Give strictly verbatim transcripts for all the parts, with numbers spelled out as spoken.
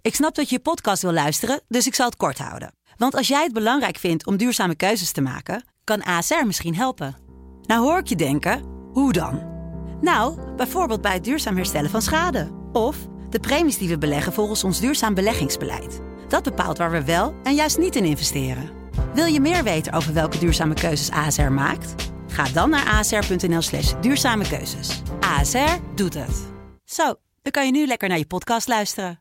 Ik snap dat je je podcast wil luisteren, dus ik zal het kort houden. Want als jij het belangrijk vindt om duurzame keuzes te maken, kan A S R misschien helpen. Nou hoor ik je denken, hoe dan? Nou, bijvoorbeeld bij het duurzaam herstellen van schade. Of de premies die we beleggen volgens ons duurzaam beleggingsbeleid. Dat bepaalt waar we wel en juist niet in investeren. Wil je meer weten over welke duurzame keuzes A S R maakt? Ga dan naar asr.nl slash duurzame keuzes. A S R doet het. Zo, dan kan je nu lekker naar je podcast luisteren.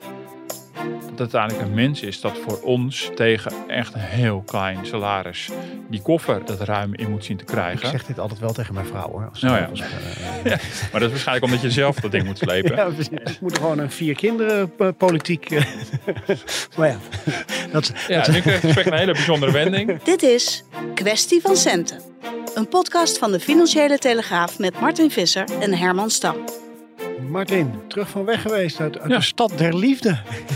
Dat uiteindelijk een mens is dat voor ons tegen echt een heel klein salaris die koffer dat ruim in moet zien te krijgen. Ik zeg dit altijd wel tegen mijn vrouw hoor. Als nou ja. als, uh, ja, maar dat is waarschijnlijk omdat je zelf dat ding moet slepen. Ja, precies. Ik moet gewoon een vier kinderen uh, politiek. Uh, maar ja, dat, ja dat, nu krijg je gesprek een hele bijzondere wending. Dit is Kwestie van Centen. Een podcast van de Financiële Telegraaf met Martin Visser en Herman Stam. Martin, terug van weg geweest uit, uit ja. de stad der liefde.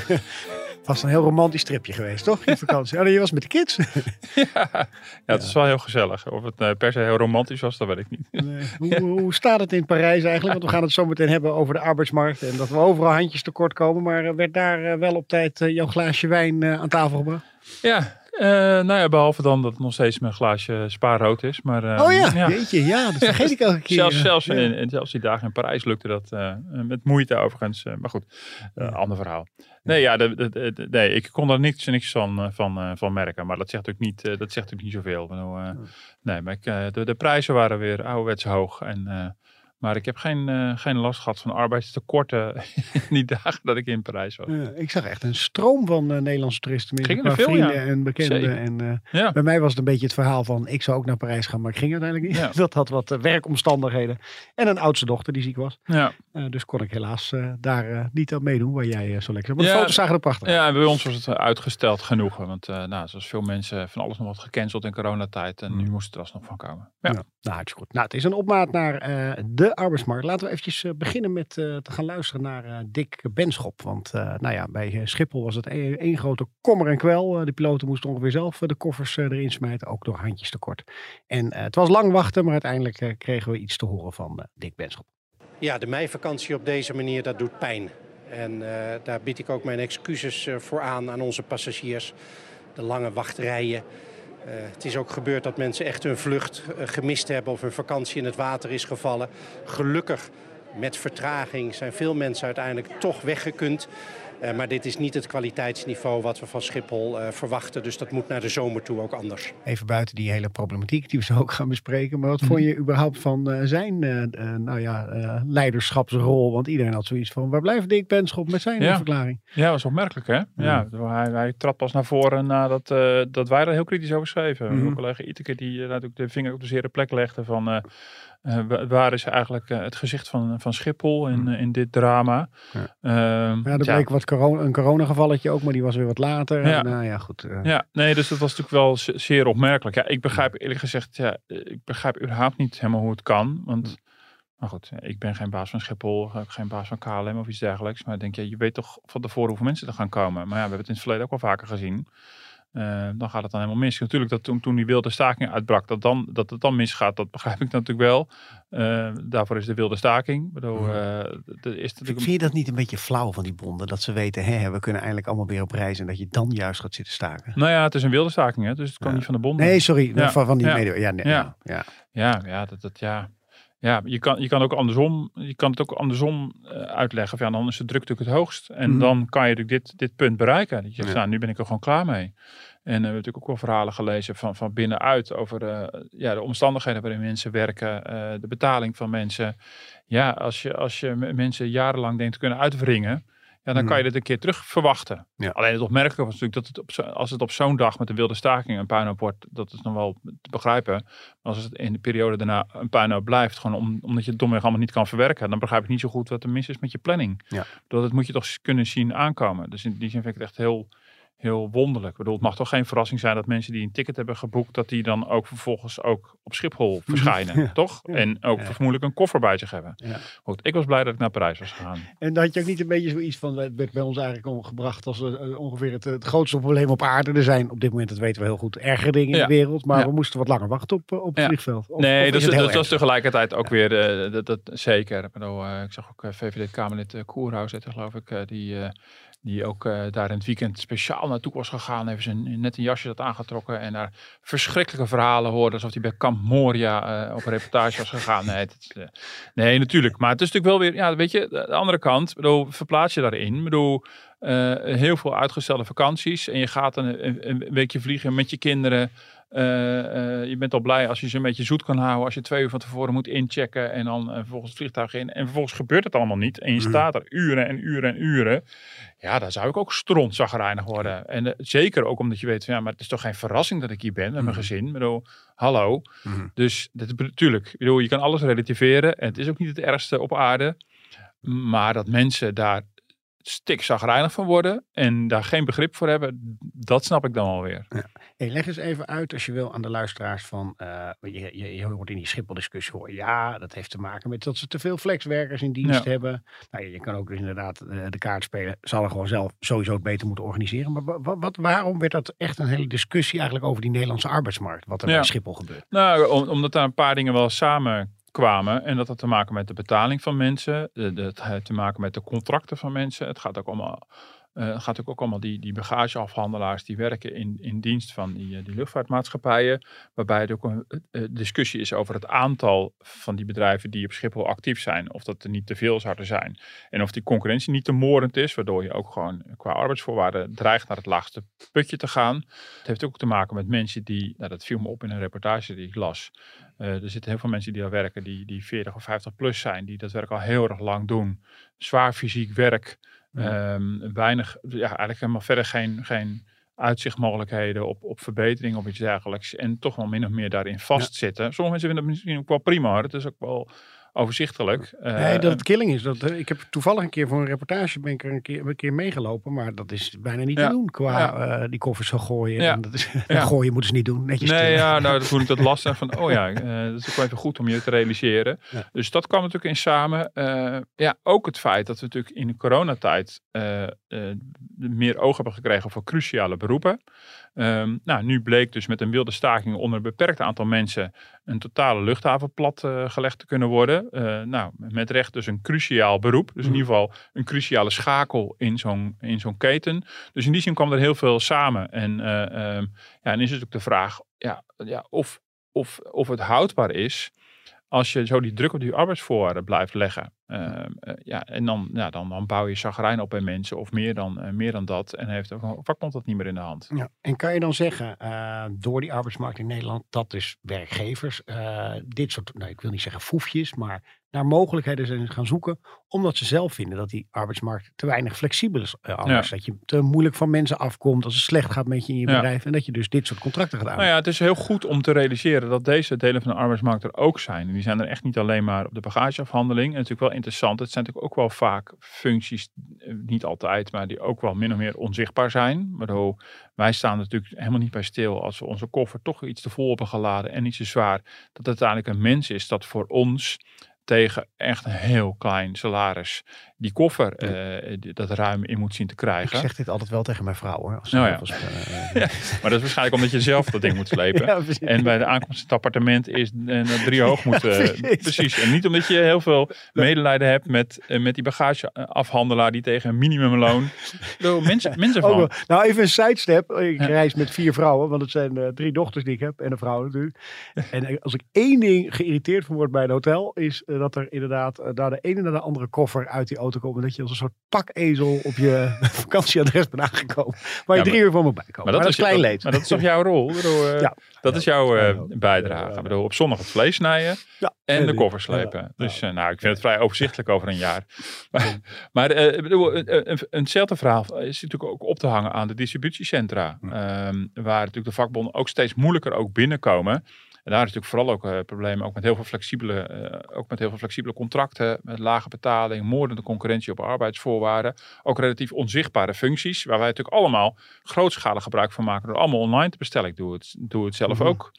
Was een heel romantisch tripje geweest, toch? In vakantie. Oh, je was met de kids. ja, ja, het is wel heel gezellig. Of het uh, per se heel romantisch was, dat weet ik niet. Nee. Hoe, hoe staat het in Parijs eigenlijk? Want we gaan het zo meteen hebben over de arbeidsmarkt. En dat we overal handjes tekort komen. Maar werd daar uh, wel op tijd uh, jouw glaasje wijn uh, aan tafel gebracht? Ja. Uh, nou ja, behalve dan dat het nog steeds mijn glaasje spaarrood is. Maar, uh, oh ja, ja, jeetje, ja, dat vergeet ik elke keer. Zelfs, zelfs, ja. in, in, zelfs die dagen in Parijs lukte dat uh, met moeite overigens. Uh, maar goed, uh, ander verhaal. Nee, ja, de, de, de, nee, ik kon daar niks, niks van, van, uh, van merken. Maar dat zegt natuurlijk niet, uh, dat zegt natuurlijk niet zoveel. Uh, nee, maar ik, uh, de, de prijzen waren weer ouderwets hoog. En, uh, maar ik heb geen, uh, geen last gehad van arbeidstekorten in die dagen dat ik in Parijs was. Ja, ik zag echt een stroom van uh, Nederlandse toeristen. Met Gingen er veel, vrienden ja. en bekenden. En, uh, ja. Bij mij was het een beetje het verhaal van ik zou ook naar Parijs gaan, maar ik ging uiteindelijk niet. Ja. Dat had wat uh, werkomstandigheden. En een oudste dochter die ziek was. Ja. Uh, dus kon ik helaas uh, daar uh, niet aan meedoen waar jij uh, zo lekker. Maar de ja, foto's zagen er prachtig uit. Ja, en bij ons was het uitgesteld genoegen. Want uh, nou, zoals veel mensen van alles nog wat gecanceld in coronatijd. En mm. nu moest er alsnog van komen. Ja. Ja, nou, het is goed. Nou, het is een opmaat naar uh, de arbeidsmarkt. Laten we eventjes uh, beginnen met uh, te gaan luisteren naar uh, Dick Benschop. Want uh, nou ja, bij Schiphol was het één grote kommer en kwel. Uh, de piloten moesten ongeveer zelf uh, de koffers uh, erin smijten. Ook door handjes tekort. En uh, het was lang wachten, maar uiteindelijk uh, kregen we iets te horen van uh, Dick Benschop. Ja, de meivakantie op deze manier, dat doet pijn. En uh, daar bied ik ook mijn excuses uh, voor aan aan onze passagiers. De lange wachtrijen. Uh, het is ook gebeurd dat mensen echt hun vlucht uh, gemist hebben of hun vakantie in het water is gevallen. Gelukkig met vertraging zijn veel mensen uiteindelijk toch weggekund. Uh, maar dit is niet het kwaliteitsniveau wat we van Schiphol uh, verwachten. Dus dat moet naar de zomer toe ook anders. Even buiten die hele problematiek die we zo ook gaan bespreken. Maar wat vond je überhaupt van uh, zijn uh, uh, nou ja, uh, leiderschapsrol? Want iedereen had zoiets van, waar blijft Dick Benschop met zijn ja. verklaring? Ja, dat was opmerkelijk hè? Mm. Ja, hij, hij trad pas naar voren nadat uh, dat wij er heel kritisch over schreven. Mm. Mijn collega Iteke die uh, natuurlijk de vinger op de zere plek legde van... Uh, Uh, waar is eigenlijk uh, het gezicht van, van Schiphol in, uh, in dit drama? Ja, uh, ja er bleek ja. wat corona, een coronagevalletje ook, maar die was weer wat later. Ja, en, uh, ja goed. Uh. Ja, nee, dus dat was natuurlijk wel zeer opmerkelijk. Ja, ik begrijp eerlijk gezegd, ja, ik begrijp überhaupt niet helemaal hoe het kan. Want, ja. maar goed, ik ben geen baas van Schiphol, geen baas van K L M of iets dergelijks. Maar ik denk, ja, je weet toch van tevoren hoeveel mensen er gaan komen. Maar ja, we hebben het in het verleden ook wel vaker gezien. Uh, dan gaat het dan helemaal mis. Natuurlijk dat toen, toen die wilde staking uitbrak, dat, dan, dat het dan misgaat, dat begrijp ik natuurlijk wel. Uh, daarvoor is de wilde staking. Bedoel, uh, de, is Vind je dat niet een beetje flauw van die bonden? Dat ze weten, hè, we kunnen eindelijk allemaal weer op reis en dat je dan juist gaat zitten staken? Nou ja, het is een wilde staking, hè, dus het kan ja. niet van de bonden. Nee, sorry, ja. van, van die ja. medewerkers. Ja, nee, ja. Ja. Ja. ja, ja, dat, dat ja. Ja, je kan, je kan ook andersom, je kan het ook andersom uh, uitleggen. Van, ja, dan is de druk natuurlijk het hoogst. En mm-hmm. dan kan je dit, dit punt bereiken. Dat je zegt, ja. nou, nu ben ik er gewoon klaar mee. En uh, we hebben natuurlijk ook wel verhalen gelezen van, van binnenuit over uh, ja, de omstandigheden waarin mensen werken, uh, de betaling van mensen. Ja, als je, als je mensen jarenlang denkt te kunnen uitwringen, ja, dan kan je dit een keer terug verwachten. Ja. Alleen het opmerkelijke was natuurlijk dat het op zo, als het op zo'n dag met de wilde staking een puinhoop wordt, dat is nog wel te begrijpen. Maar als het in de periode daarna een puinhoop blijft, gewoon om, omdat je het domweg allemaal niet kan verwerken, dan begrijp ik niet zo goed wat er mis is met je planning. Ja. Dat moet je toch kunnen zien aankomen. Dus in die zin vind ik het echt heel... heel wonderlijk. Ik bedoel, het mag toch geen verrassing zijn dat mensen die een ticket hebben geboekt, dat die dan ook vervolgens ook op Schiphol verschijnen, ja, toch? Ja, en ook ja. vermoedelijk een koffer bij zich hebben. Ja. Goed, ik was blij dat ik naar Parijs was gegaan. En dat had je ook niet een beetje zoiets van, het werd bij ons eigenlijk gebracht als uh, ongeveer het, het grootste probleem op aarde. Er zijn op dit moment, dat weten we heel goed, erger dingen ja. in de wereld, maar ja. we moesten wat langer wachten op, op het ja. vliegveld. Of, nee, of dat, is dat, dat is tegelijkertijd ook ja. weer, uh, dat, dat, zeker. Ik, bedoel, uh, ik zag ook uh, V V D-Kamerlid uh, Koerhuis, geloof ik, uh, die... Uh, Die ook uh, daar in het weekend speciaal naartoe was gegaan. Heeft ze een, net een jasje dat aangetrokken. En daar verschrikkelijke verhalen hoorde. Alsof hij bij Kamp Moria uh, op een reportage was gegaan. Nee, het is, uh, nee, natuurlijk. Maar het is natuurlijk wel weer... Ja, weet je, de andere kant. Bedoel, verplaats je daarin. Ik bedoel, uh, heel veel uitgestelde vakanties. En je gaat een, een, een weekje vliegen met je kinderen. Uh, uh, je bent al blij als je ze een beetje zoet kan houden. Als je twee uur van tevoren moet inchecken. En dan uh, vervolgens het vliegtuig in. En vervolgens gebeurt het allemaal niet. En je mm. staat er uren en uren en uren. Ja, dan zou ik ook strontzagrijnig worden. En uh, zeker ook omdat je weet, ja, maar het is toch geen verrassing dat ik hier ben met mijn mm. gezin. Ik bedoel, hallo. Mm. Dus natuurlijk, ik bedoel, je kan alles relativeren. En het is ook niet het ergste op aarde. Maar dat mensen daar stikzagrijnig van worden en daar geen begrip voor hebben, dat snap ik dan alweer. Ja. Hey, leg eens even uit, als je wil, aan de luisteraars van, uh, je, je, je hoort in die Schiphol-discussie hoor, ja, dat heeft te maken met dat ze te veel flexwerkers in dienst ja. hebben. Nou, je kan ook dus inderdaad uh, de kaart spelen, zal er gewoon zelf sowieso het beter moeten organiseren. Maar wat, wat, waarom werd dat echt een hele discussie eigenlijk over die Nederlandse arbeidsmarkt, wat er ja. bij Schiphol gebeurt? Nou, om, omdat daar een paar dingen wel samen kwamen. En dat had te maken met de betaling van mensen. Het had te maken met de contracten van mensen. Het gaat ook allemaal... Uh, het gaat ook allemaal die, die bagageafhandelaars die werken in, in dienst van die, die luchtvaartmaatschappijen. Waarbij er ook een uh, discussie is over het aantal van die bedrijven die op Schiphol actief zijn. Of dat er niet te veel zouden zijn. En of die concurrentie niet te morend is. Waardoor je ook gewoon qua arbeidsvoorwaarden dreigt naar het laagste putje te gaan. Het heeft ook te maken met mensen die, nou dat viel me op in een reportage die ik las. Uh, er zitten heel veel mensen die daar werken die, die veertig of vijftig plus zijn. Die dat werk al heel erg lang doen. Zwaar fysiek werk. Ja. Um, weinig, ja, eigenlijk helemaal verder geen, geen uitzichtmogelijkheden op, op verbetering of iets dergelijks. En toch wel min of meer daarin vastzitten. Ja. Sommige mensen vinden dat misschien ook wel prima. Het is ook wel overzichtelijk. Uh, nee, dat het killing is. Dat, uh, ik heb toevallig een keer voor een reportage ben ik er een keer, een keer meegelopen. Maar dat is bijna niet ja. te doen qua ja. uh, die koffers zo gooien. Ja. En dat is, ja. gooien moeten ze niet doen. Netjes nee, ja, nou, toen ik dat las van, oh ja, uh, dat is ook wel even goed om je te realiseren. Ja. Dus dat kwam natuurlijk in samen. Uh, ja, ook het feit dat we natuurlijk in de coronatijd uh, uh, meer oog hebben gekregen voor cruciale beroepen. Um, nou, nu bleek dus met een wilde staking onder een beperkt aantal mensen een totale luchthaven plat uh, gelegd te kunnen worden. Uh, nou, met recht dus een cruciaal beroep. Dus in ieder geval een cruciale schakel in zo'n, in zo'n keten. Dus in die zin kwam er heel veel samen. En, uh, um, ja, en is het ook de vraag ja, ja, of, of, of het houdbaar is als je zo die druk op die arbeidsvoorwaarden blijft leggen. Uh, uh, ja, en dan, ja, dan, dan bouw je chagrijn op bij mensen of meer dan, uh, meer dan dat. En heeft een vakbond dat niet meer in de hand. Ja, en kan je dan zeggen, uh, door die arbeidsmarkt in Nederland, dat dus werkgevers uh, dit soort, nou, ik wil niet zeggen foefjes, maar naar mogelijkheden zijn gaan zoeken, omdat ze zelf vinden dat die arbeidsmarkt te weinig flexibel is. Uh, anders ja. dat je te moeilijk van mensen afkomt, als het slecht gaat met je in je ja. bedrijf en dat je dus dit soort contracten gaat aan. Nou ja, het is heel goed om te realiseren dat deze delen van de arbeidsmarkt er ook zijn. En die zijn er echt niet alleen maar op de bagageafhandeling. En natuurlijk wel interessant. Het zijn natuurlijk ook wel vaak functies, niet altijd, maar die ook wel min of meer onzichtbaar zijn. Waardoor wij staan natuurlijk helemaal niet bij stil als we onze koffer toch iets te vol hebben geladen en niet zo zwaar. Dat het uiteindelijk een mens is dat voor ons tegen echt een heel klein salaris die koffer uh, die, dat ruim in moet zien te krijgen. Ik zeg dit altijd wel tegen mijn vrouw hoor. Als nou ja. Als, uh, ja, maar dat is waarschijnlijk omdat je zelf dat ding moet slepen. Ja, en bij de aankomst in het appartement is uh, drie hoog moet. Uh, precies. precies. En niet omdat je heel veel medelijden hebt met, uh, met die bagageafhandelaar die tegen een minimumloon. Zo, mensen, mensen van. Oh, nou even een sidestep. Ik ja. reis met vier vrouwen, want het zijn uh, drie dochters die ik heb en een vrouw natuurlijk. En als ik één ding geïrriteerd van word bij een hotel, is uh, dat er inderdaad uh, daar de ene naar de andere koffer uit die auto komt en dat je als een soort pakezel op je vakantieadres bent aangekomen. Waar je ja, drie uur van moet bijkomen. Maar dat, maar dat is klein leed. Maar dat is toch jouw rol? Bedoel, uh, ja. Dat ja, is jouw uh, bijdrage. Ja, ja. Bedoel, op zondag het vlees snijden ja. en ja, de koffer slepen. Ja, ja. Dus uh, nou, ik vind het vrij overzichtelijk over een jaar. Maar, maar uh, bedoel, een, een, eenzelfde verhaal is natuurlijk ook op te hangen aan de distributiecentra. Ja. Um, waar natuurlijk de vakbonden ook steeds moeilijker ook binnenkomen. En daar is natuurlijk vooral ook uh, problemen ook met heel veel flexibele, uh, ook met heel veel flexibele contracten, met lage betaling, moordende concurrentie op arbeidsvoorwaarden, ook relatief onzichtbare functies, waar wij natuurlijk allemaal grootschalig gebruik van maken door allemaal online te bestellen. Ik doe het, doe het zelf mm-hmm. ook.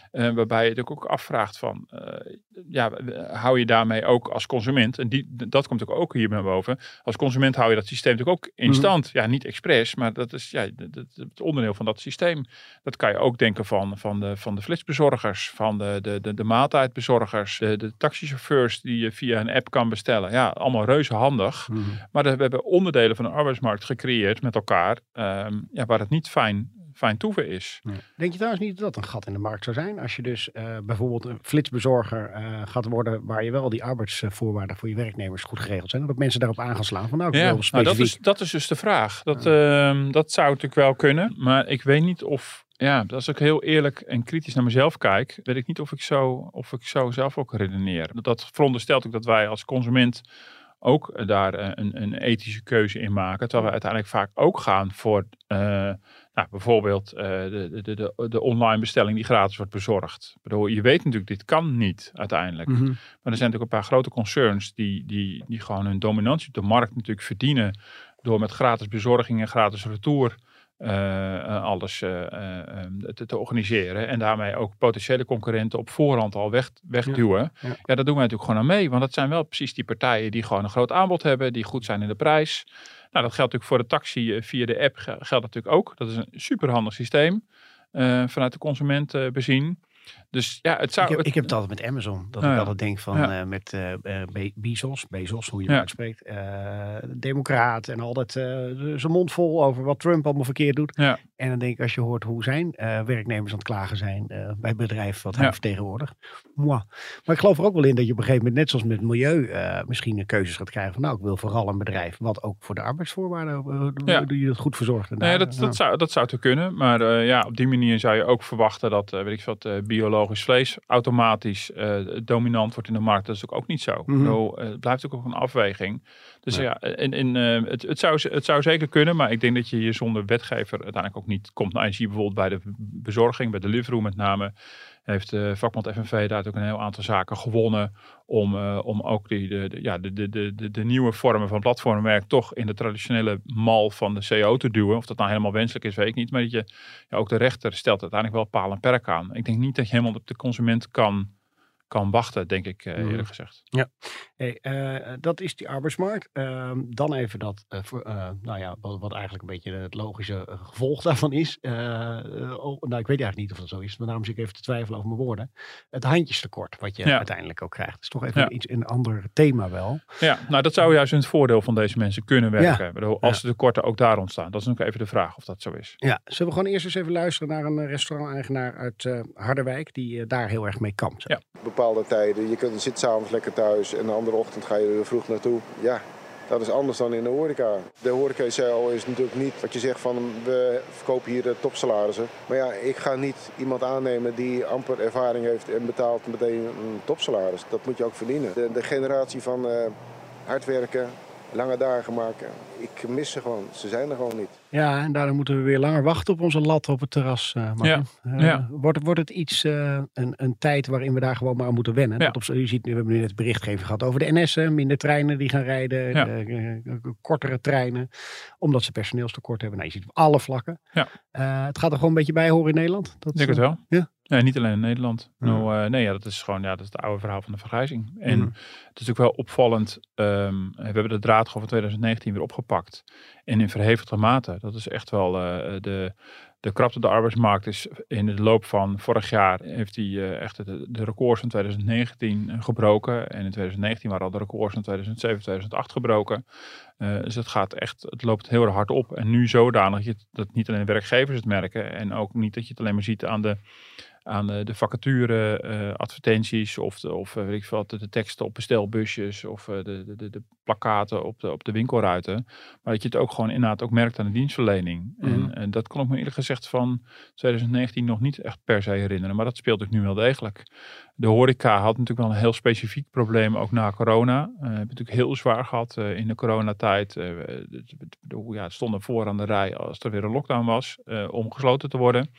Uh, waarbij je het ook afvraagt van, uh, ja, hou je daarmee ook als consument, en die, dat komt ook, ook hier naar boven, als consument hou je dat systeem natuurlijk ook in stand. Mm-hmm. Ja, niet expres, maar dat is ja, het onderdeel van dat systeem. Dat kan je ook denken van, van, de, van de flitsbezorgers, van de, de, de, de maaltijdbezorgers, de, de taxichauffeurs die je via een app kan bestellen. Ja, allemaal reuze handig. Mm-hmm. Maar de, we hebben onderdelen van de arbeidsmarkt gecreëerd met elkaar, um, ja, waar het niet fijn fijn toeven is. Ja. Denk je trouwens niet dat dat een gat in de markt zou zijn? Als je dus uh, bijvoorbeeld een flitsbezorger uh, gaat worden waar je wel die arbeidsvoorwaarden voor je werknemers goed geregeld zijn. Dat mensen daarop aan gaan slaan. Van, nou, ja, nou, dat, is, dat is dus de vraag. Dat, ja. uh, dat zou natuurlijk wel kunnen. Maar ik weet niet of... Ja, als ik heel eerlijk en kritisch naar mezelf kijk, weet ik niet of ik zo, of ik zo zelf ook redeneer. Dat veronderstelt ook dat wij als consument ook daar een, een ethische keuze in maken. Terwijl we uiteindelijk vaak ook gaan voor uh, nou, bijvoorbeeld uh, de, de, de, de online bestelling die gratis wordt bezorgd. Ik bedoel, je weet natuurlijk, dit kan niet uiteindelijk. Mm-hmm. Maar er zijn natuurlijk een paar grote concerns die, die, die gewoon hun dominantie op de markt natuurlijk verdienen door met gratis bezorging en gratis retour Uh, uh, alles uh, uh, te, te organiseren. En daarmee ook potentiële concurrenten op voorhand al weg, wegduwen. Ja, ja. ja, dat doen wij natuurlijk gewoon aan mee. Want dat zijn wel precies die partijen die gewoon een groot aanbod hebben. Die goed zijn in de prijs. Nou, dat geldt natuurlijk voor de taxi uh, via de app. Geldt natuurlijk ook. Dat is een superhandig systeem. Uh, vanuit de consument uh, bezien. Dus ja, het zou... Ik heb, het, ik heb het altijd met Amazon. Dat uh, ik altijd denk van ja. uh, met uh, Be- Bezos, Bezos, hoe je het ja. uitspreekt. Uh, democraat en altijd uh, zijn mond vol over wat Trump allemaal verkeerd doet. Ja. En dan denk ik, als je hoort hoe zijn uh, werknemers aan het klagen zijn uh, bij het bedrijf wat hij ja. vertegenwoordigt. Moi. Maar ik geloof er ook wel in dat je op een gegeven moment, net zoals met milieu, uh, misschien keuzes gaat krijgen van nou, ik wil vooral een bedrijf wat ook voor de arbeidsvoorwaarden uh, ja. doe je dat goed verzorgt. Nee, dat, dat, zou, dat zou te kunnen. Maar uh, ja, op die manier zou je ook verwachten dat, uh, weet ik wat, uh, biologisch vlees automatisch uh, dominant wordt in de markt. Dat is ook niet zo. Mm-hmm. Zo uh, het blijft ook een afweging. Dus ja, ja in, in, uh, het, het, zou, het zou zeker kunnen, maar ik denk dat je hier zonder wetgever uiteindelijk ook niet komt. Nou, je ziet bijvoorbeeld bij de bezorging, bij de Deliveroo met name, heeft de vakbond F N V daar ook een heel aantal zaken gewonnen om, uh, om ook die, de, de, ja, de, de, de, de nieuwe vormen van platformwerk toch in de traditionele mal van de C A O te duwen. Of dat nou helemaal wenselijk is, weet ik niet. Maar dat je, ja, ook de rechter stelt uiteindelijk wel paal en perk aan. Ik denk niet dat je helemaal op de consument kan, kan wachten, denk ik uh, eerlijk gezegd. Ja, hey, uh, dat is die arbeidsmarkt. Uh, dan even dat, uh, voor, uh, nou ja, wat, wat eigenlijk een beetje het logische uh, gevolg daarvan is. Uh, uh, oh, nou, ik weet eigenlijk niet of dat zo is, maar daarom zit ik even te twijfelen over mijn woorden. Het handjestekort, wat je ja. uiteindelijk ook krijgt. Dat is toch even ja. iets een ander thema wel. Ja, nou dat zou juist in het voordeel van deze mensen kunnen werken. Ja. Bedoel, als ja. de tekorten ook daar ontstaan. Dat is nog even de vraag of dat zo is. Ja, zullen we gewoon eerst eens even luisteren naar een restaurant-eigenaar uit uh, Harderwijk, die uh, daar heel erg mee kampt. Ja. Bepaalde tijden. Je kunt, zit s'avonds lekker thuis en de andere ochtend ga je er vroeg naartoe. Ja, dat is anders dan in de horeca. De horeca is natuurlijk niet wat je zegt van we verkopen hier topsalarissen. Maar ja, ik ga niet iemand aannemen die amper ervaring heeft en betaalt meteen een topsalaris. Dat moet je ook verdienen. De, de generatie van uh, hard werken, lange dagen maken, ik mis ze gewoon. Ze zijn er gewoon niet. Ja, en daarom moeten we weer langer wachten op onze lat op het terras. Uh, ja. Uh, ja. Wordt, wordt het iets, uh, een, een tijd waarin we daar gewoon maar aan moeten wennen? Ja. Op, je ziet, we hebben nu net berichtgeving gehad over de N S'en, minder treinen die gaan rijden, ja. uh, uh, kortere treinen, omdat ze personeelstekort hebben. Nou, je ziet op alle vlakken. Ja. Uh, het gaat er gewoon een beetje bij horen in Nederland. Dat, denk uh, het wel. Ja. Nee, niet alleen in Nederland. Ja. Nou, uh, nee, ja, dat is gewoon ja, dat is het oude verhaal van de vergrijzing. En mm. het is natuurlijk wel opvallend. Um, we hebben de draad van twintig negentien weer opgepakt. En in verhevigde mate. Dat is echt wel uh, de, de krapte op de arbeidsmarkt is in de loop van vorig jaar heeft hij uh, echt de, de records van twintig negentien gebroken. En in twintig negentien waren al de records van tweeduizend zeven, tweeduizend acht gebroken. Uh, dus het gaat echt, het loopt heel erg hard op. En nu zodanig dat, je, dat niet alleen de werkgevers het merken. En ook niet dat je het alleen maar ziet aan de aan de, de vacature uh, advertenties of, de, of uh, weet ik veel, de, de teksten op bestelbusjes of uh, de, de, de plakkaten op de, op de winkelruiten. Maar dat je het ook gewoon inderdaad ook merkt aan de dienstverlening. Mm-hmm. En, en dat kon ik me eerlijk gezegd van twintig negentien nog niet echt per se herinneren. Maar dat speelt ook nu wel degelijk. De horeca had natuurlijk wel een heel specifiek probleem ook na corona. Uh, we hebben natuurlijk heel zwaar gehad uh, in de coronatijd. Uh, de, de, ja, stonden voor aan de rij als er weer een lockdown was uh, om gesloten te worden.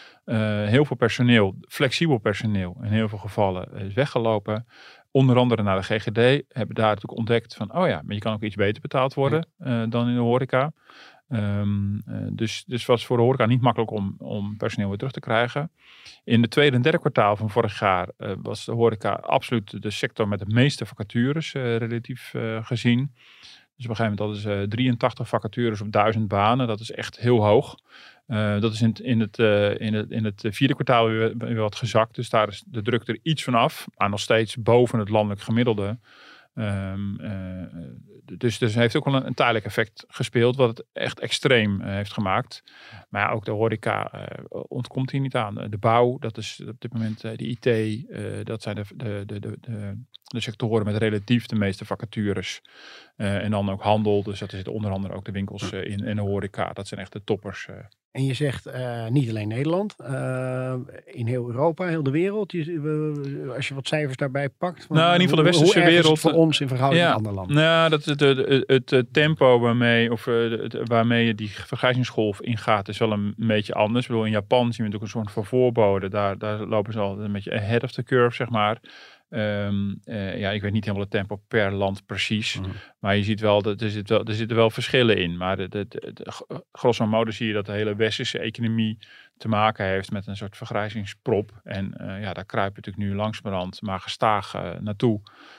Uh, heel veel personeel, flexibel personeel in heel veel gevallen is weggelopen. Onder andere naar de G G D hebben daar natuurlijk ontdekt van, oh ja, maar je kan ook iets beter betaald worden uh, dan in de horeca. Um, uh, dus, dus was voor de horeca niet makkelijk om, om personeel weer terug te krijgen. In de tweede en derde kwartaal van vorig jaar uh, was de horeca absoluut de sector met de meeste vacatures uh, relatief uh, gezien. Dus op een gegeven moment hadden ze drieëntachtig vacatures op duizend banen. Dat is echt heel hoog. Uh, dat is in, in, het, uh, in, het, in het vierde kwartaal weer, weer wat gezakt. Dus daar is de druk er iets van af. Maar nog steeds boven het landelijk gemiddelde. Um, uh, dus, dus heeft ook wel een, een tijdelijk effect gespeeld. Wat het echt extreem uh, heeft gemaakt. Maar ja, ook de horeca uh, ontkomt hier niet aan. De bouw, dat is op dit moment uh, de I T. Uh, dat zijn de, de, de, de, de, de sectoren met relatief de meeste vacatures. Uh, en dan ook handel. Dus dat zitten onder andere ook de winkels uh, in, in de horeca. Dat zijn echt de toppers. Uh. En je zegt uh, niet alleen Nederland, uh, in heel Europa, heel de wereld. Je, uh, als je wat cijfers daarbij pakt. Nou, in ieder geval de westerse hoe erg wereld. Is het voor ons in verhouding ja, met andere landen. Nou, dat het, het, het, het tempo waarmee, of, het, waarmee je die vergrijzingsgolf ingaat, is wel een beetje anders. Ik bedoel, in Japan zien we natuurlijk een soort van voorbode. Daar, daar lopen ze al een beetje ahead of the curve, zeg maar. Um, uh, ja, ik weet niet helemaal het tempo per land precies. Mm. Maar je ziet wel dat er, zit wel, er zitten wel verschillen in. Maar de, de, de, de, grosso modo zie je dat de hele westerse economie te maken heeft met een soort vergrijzingsprop. En uh, ja, daar kruipen natuurlijk nu langzamerhand maar gestaag uh, naartoe.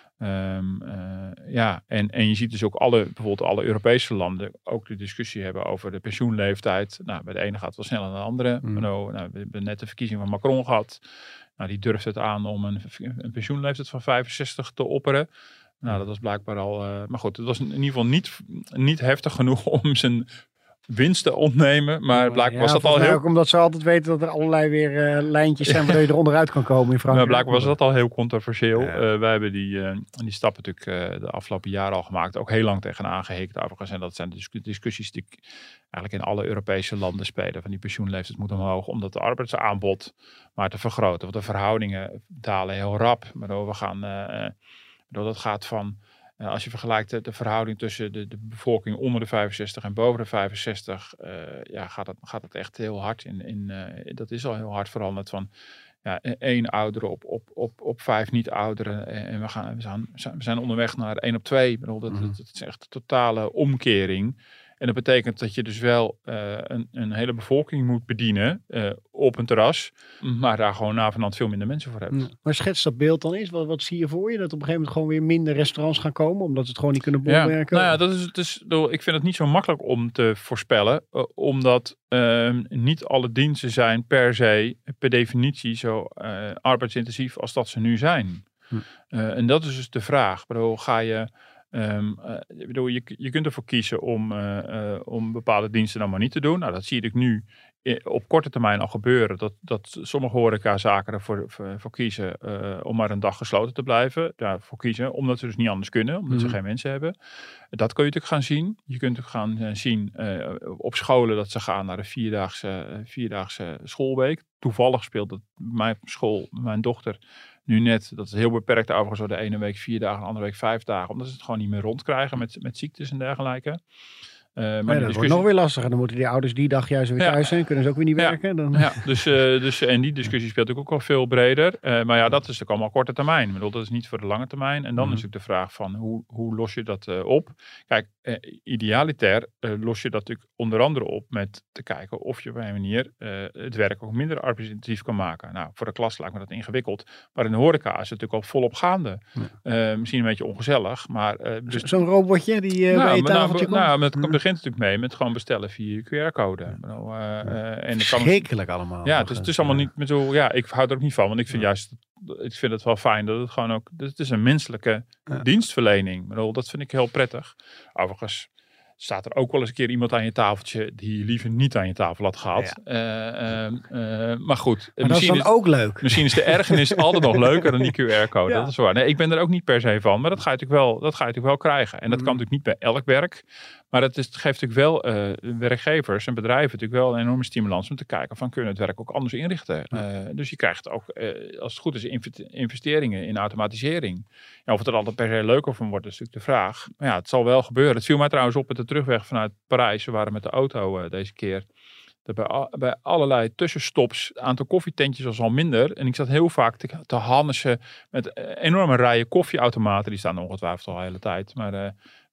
Um, uh, ja, en, en je ziet dus ook alle, bijvoorbeeld alle Europese landen ook de discussie hebben over de pensioenleeftijd. Nou, bij de ene gaat het wel sneller dan de andere. Mm. Nou, nou, we hebben net de verkiezing van Macron gehad. Nou, die durfde het aan om een, een pensioenleeftijd van vijfenzestig te opperen. Nou, dat was blijkbaar al... Uh, maar goed, het was in ieder geval niet, niet heftig genoeg om zijn winst te ontnemen. Maar blijkbaar ja, was dat al heel... ook omdat ze altijd weten dat er allerlei weer uh, lijntjes zijn waar je eronder uit kan komen in Frankrijk. Nou, blijkbaar was dat al heel controversieel. Ja. Uh, wij hebben die, uh, die stappen natuurlijk uh, de afgelopen jaren al gemaakt. Ook heel lang tegenaan gehikt overigens. En dat zijn de discussies die eigenlijk in alle Europese landen spelen. Van die pensioenleeftijd moet omhoog. Omdat de arbeidsaanbod maar te vergroten. Want de verhoudingen dalen heel rap. Maar we gaan... Uh, dat gaat van... Uh, als je vergelijkt de, de verhouding tussen de, de bevolking onder de vijfenzestig en boven de vijfenzestig, uh, ja, gaat het, gaat het echt heel hard in. in uh, dat is al heel hard veranderd van ja, één oudere op, op, op, op vijf niet-ouderen. En, en we, gaan, we, zijn, we zijn onderweg naar één op twee. Ik bedoel, dat, mm-hmm. dat, dat is echt een totale omkering. En dat betekent dat je dus wel uh, een, een hele bevolking moet bedienen uh, op een terras. Maar daar gewoon na vanavond veel minder mensen voor hebt. Ja. Maar schets dat beeld dan eens. Wat, wat zie je voor je? Dat op een gegeven moment gewoon weer minder restaurants gaan komen. Omdat ze het gewoon niet kunnen bolwerken. Ja, nou ja, dat is, dus, ik vind het niet zo makkelijk om te voorspellen. Uh, omdat uh, niet alle diensten zijn per se, per definitie zo uh, arbeidsintensief als dat ze nu zijn. Hm. Uh, en dat is dus de vraag. Ik bedoel, ga je... Um, uh, ik bedoel, je, je kunt ervoor kiezen om, uh, uh, om bepaalde diensten dan maar niet te doen. Nou, dat zie ik nu op korte termijn al gebeuren. Dat, dat sommige horecazaken ervoor voor, voor kiezen uh, om maar een dag gesloten te blijven. Daarvoor kiezen, omdat ze dus niet anders kunnen. Omdat mm-hmm. ze geen mensen hebben. Dat kun je natuurlijk gaan zien. Je kunt ook gaan uh, zien uh, op scholen dat ze gaan naar een vierdaagse, uh, vierdaagse schoolweek. Toevallig speelt dat mijn school, mijn dochter... Nu net, dat is heel beperkt overigens, zo de ene week vier dagen, de andere week vijf dagen. Omdat ze het gewoon niet meer rondkrijgen met, met ziektes en dergelijke. Uh, maar ja, dat discussie... wordt nog weer lastiger. Dan moeten die ouders die dag juist weer ja. thuis zijn. Kunnen ze ook weer niet ja. werken. Dan... Ja, dus, uh, dus, en die discussie speelt ook al veel breder. Uh, maar ja, dat is natuurlijk allemaal korte termijn. Ik bedoel, dat is niet voor de lange termijn. En dan mm-hmm. is ook de vraag van, hoe, hoe los je dat uh, op? Kijk, uh, idealiter uh, los je dat natuurlijk onder andere op met te kijken of je op een manier uh, het werk ook minder arbeidsintensief kan maken. Nou, voor de klas lijkt me dat ingewikkeld. Maar in de horeca is het natuurlijk al volop gaande. Ja. Uh, misschien een beetje ongezellig, maar... Uh, dus... Zo'n robotje die uh, nou, bij je tafeltje nou, komt? Nou, het begint natuurlijk mee met gewoon bestellen via je Q R-code. Ja. Nou, uh, uh, en Schrikkelijk kan... allemaal. Ja, het is, het is allemaal niet met zo... Ja, ik hou er ook niet van, want ik vind ja. juist... Ik vind het wel fijn dat het gewoon ook... Het is een menselijke ja. dienstverlening. Bedoel, dat vind ik heel prettig. Overigens staat er ook wel eens een keer iemand aan je tafeltje die je liever niet aan je tafel had gehad. Ja. Uh, uh, uh, maar goed. Maar dat is dan is, ook leuk. Misschien is de ergernis altijd nog leuker dan die Q R-code. Ja. Dat is waar. Nee, ik ben er ook niet per se van. Maar dat ga je natuurlijk wel, dat ga je natuurlijk wel krijgen. En dat mm. kan natuurlijk niet bij elk werk. Maar het, is, het geeft natuurlijk wel uh, werkgevers en bedrijven natuurlijk wel een enorme stimulans om te kijken van kunnen we het werk ook anders inrichten. Ja. Uh, dus je krijgt ook, uh, als het goed is, investeringen in automatisering. Ja, of het er altijd per se leuker van wordt, is natuurlijk de vraag. Maar ja, het zal wel gebeuren. Het viel mij trouwens op met de terugweg vanuit Parijs. We waren met de auto uh, deze keer. Dat bij, bij allerlei tussenstops, het aantal koffietentjes was al minder. En ik zat heel vaak te, te hannesen met enorme rijen koffieautomaten. Die staan ongetwijfeld al de hele tijd. Maar uh,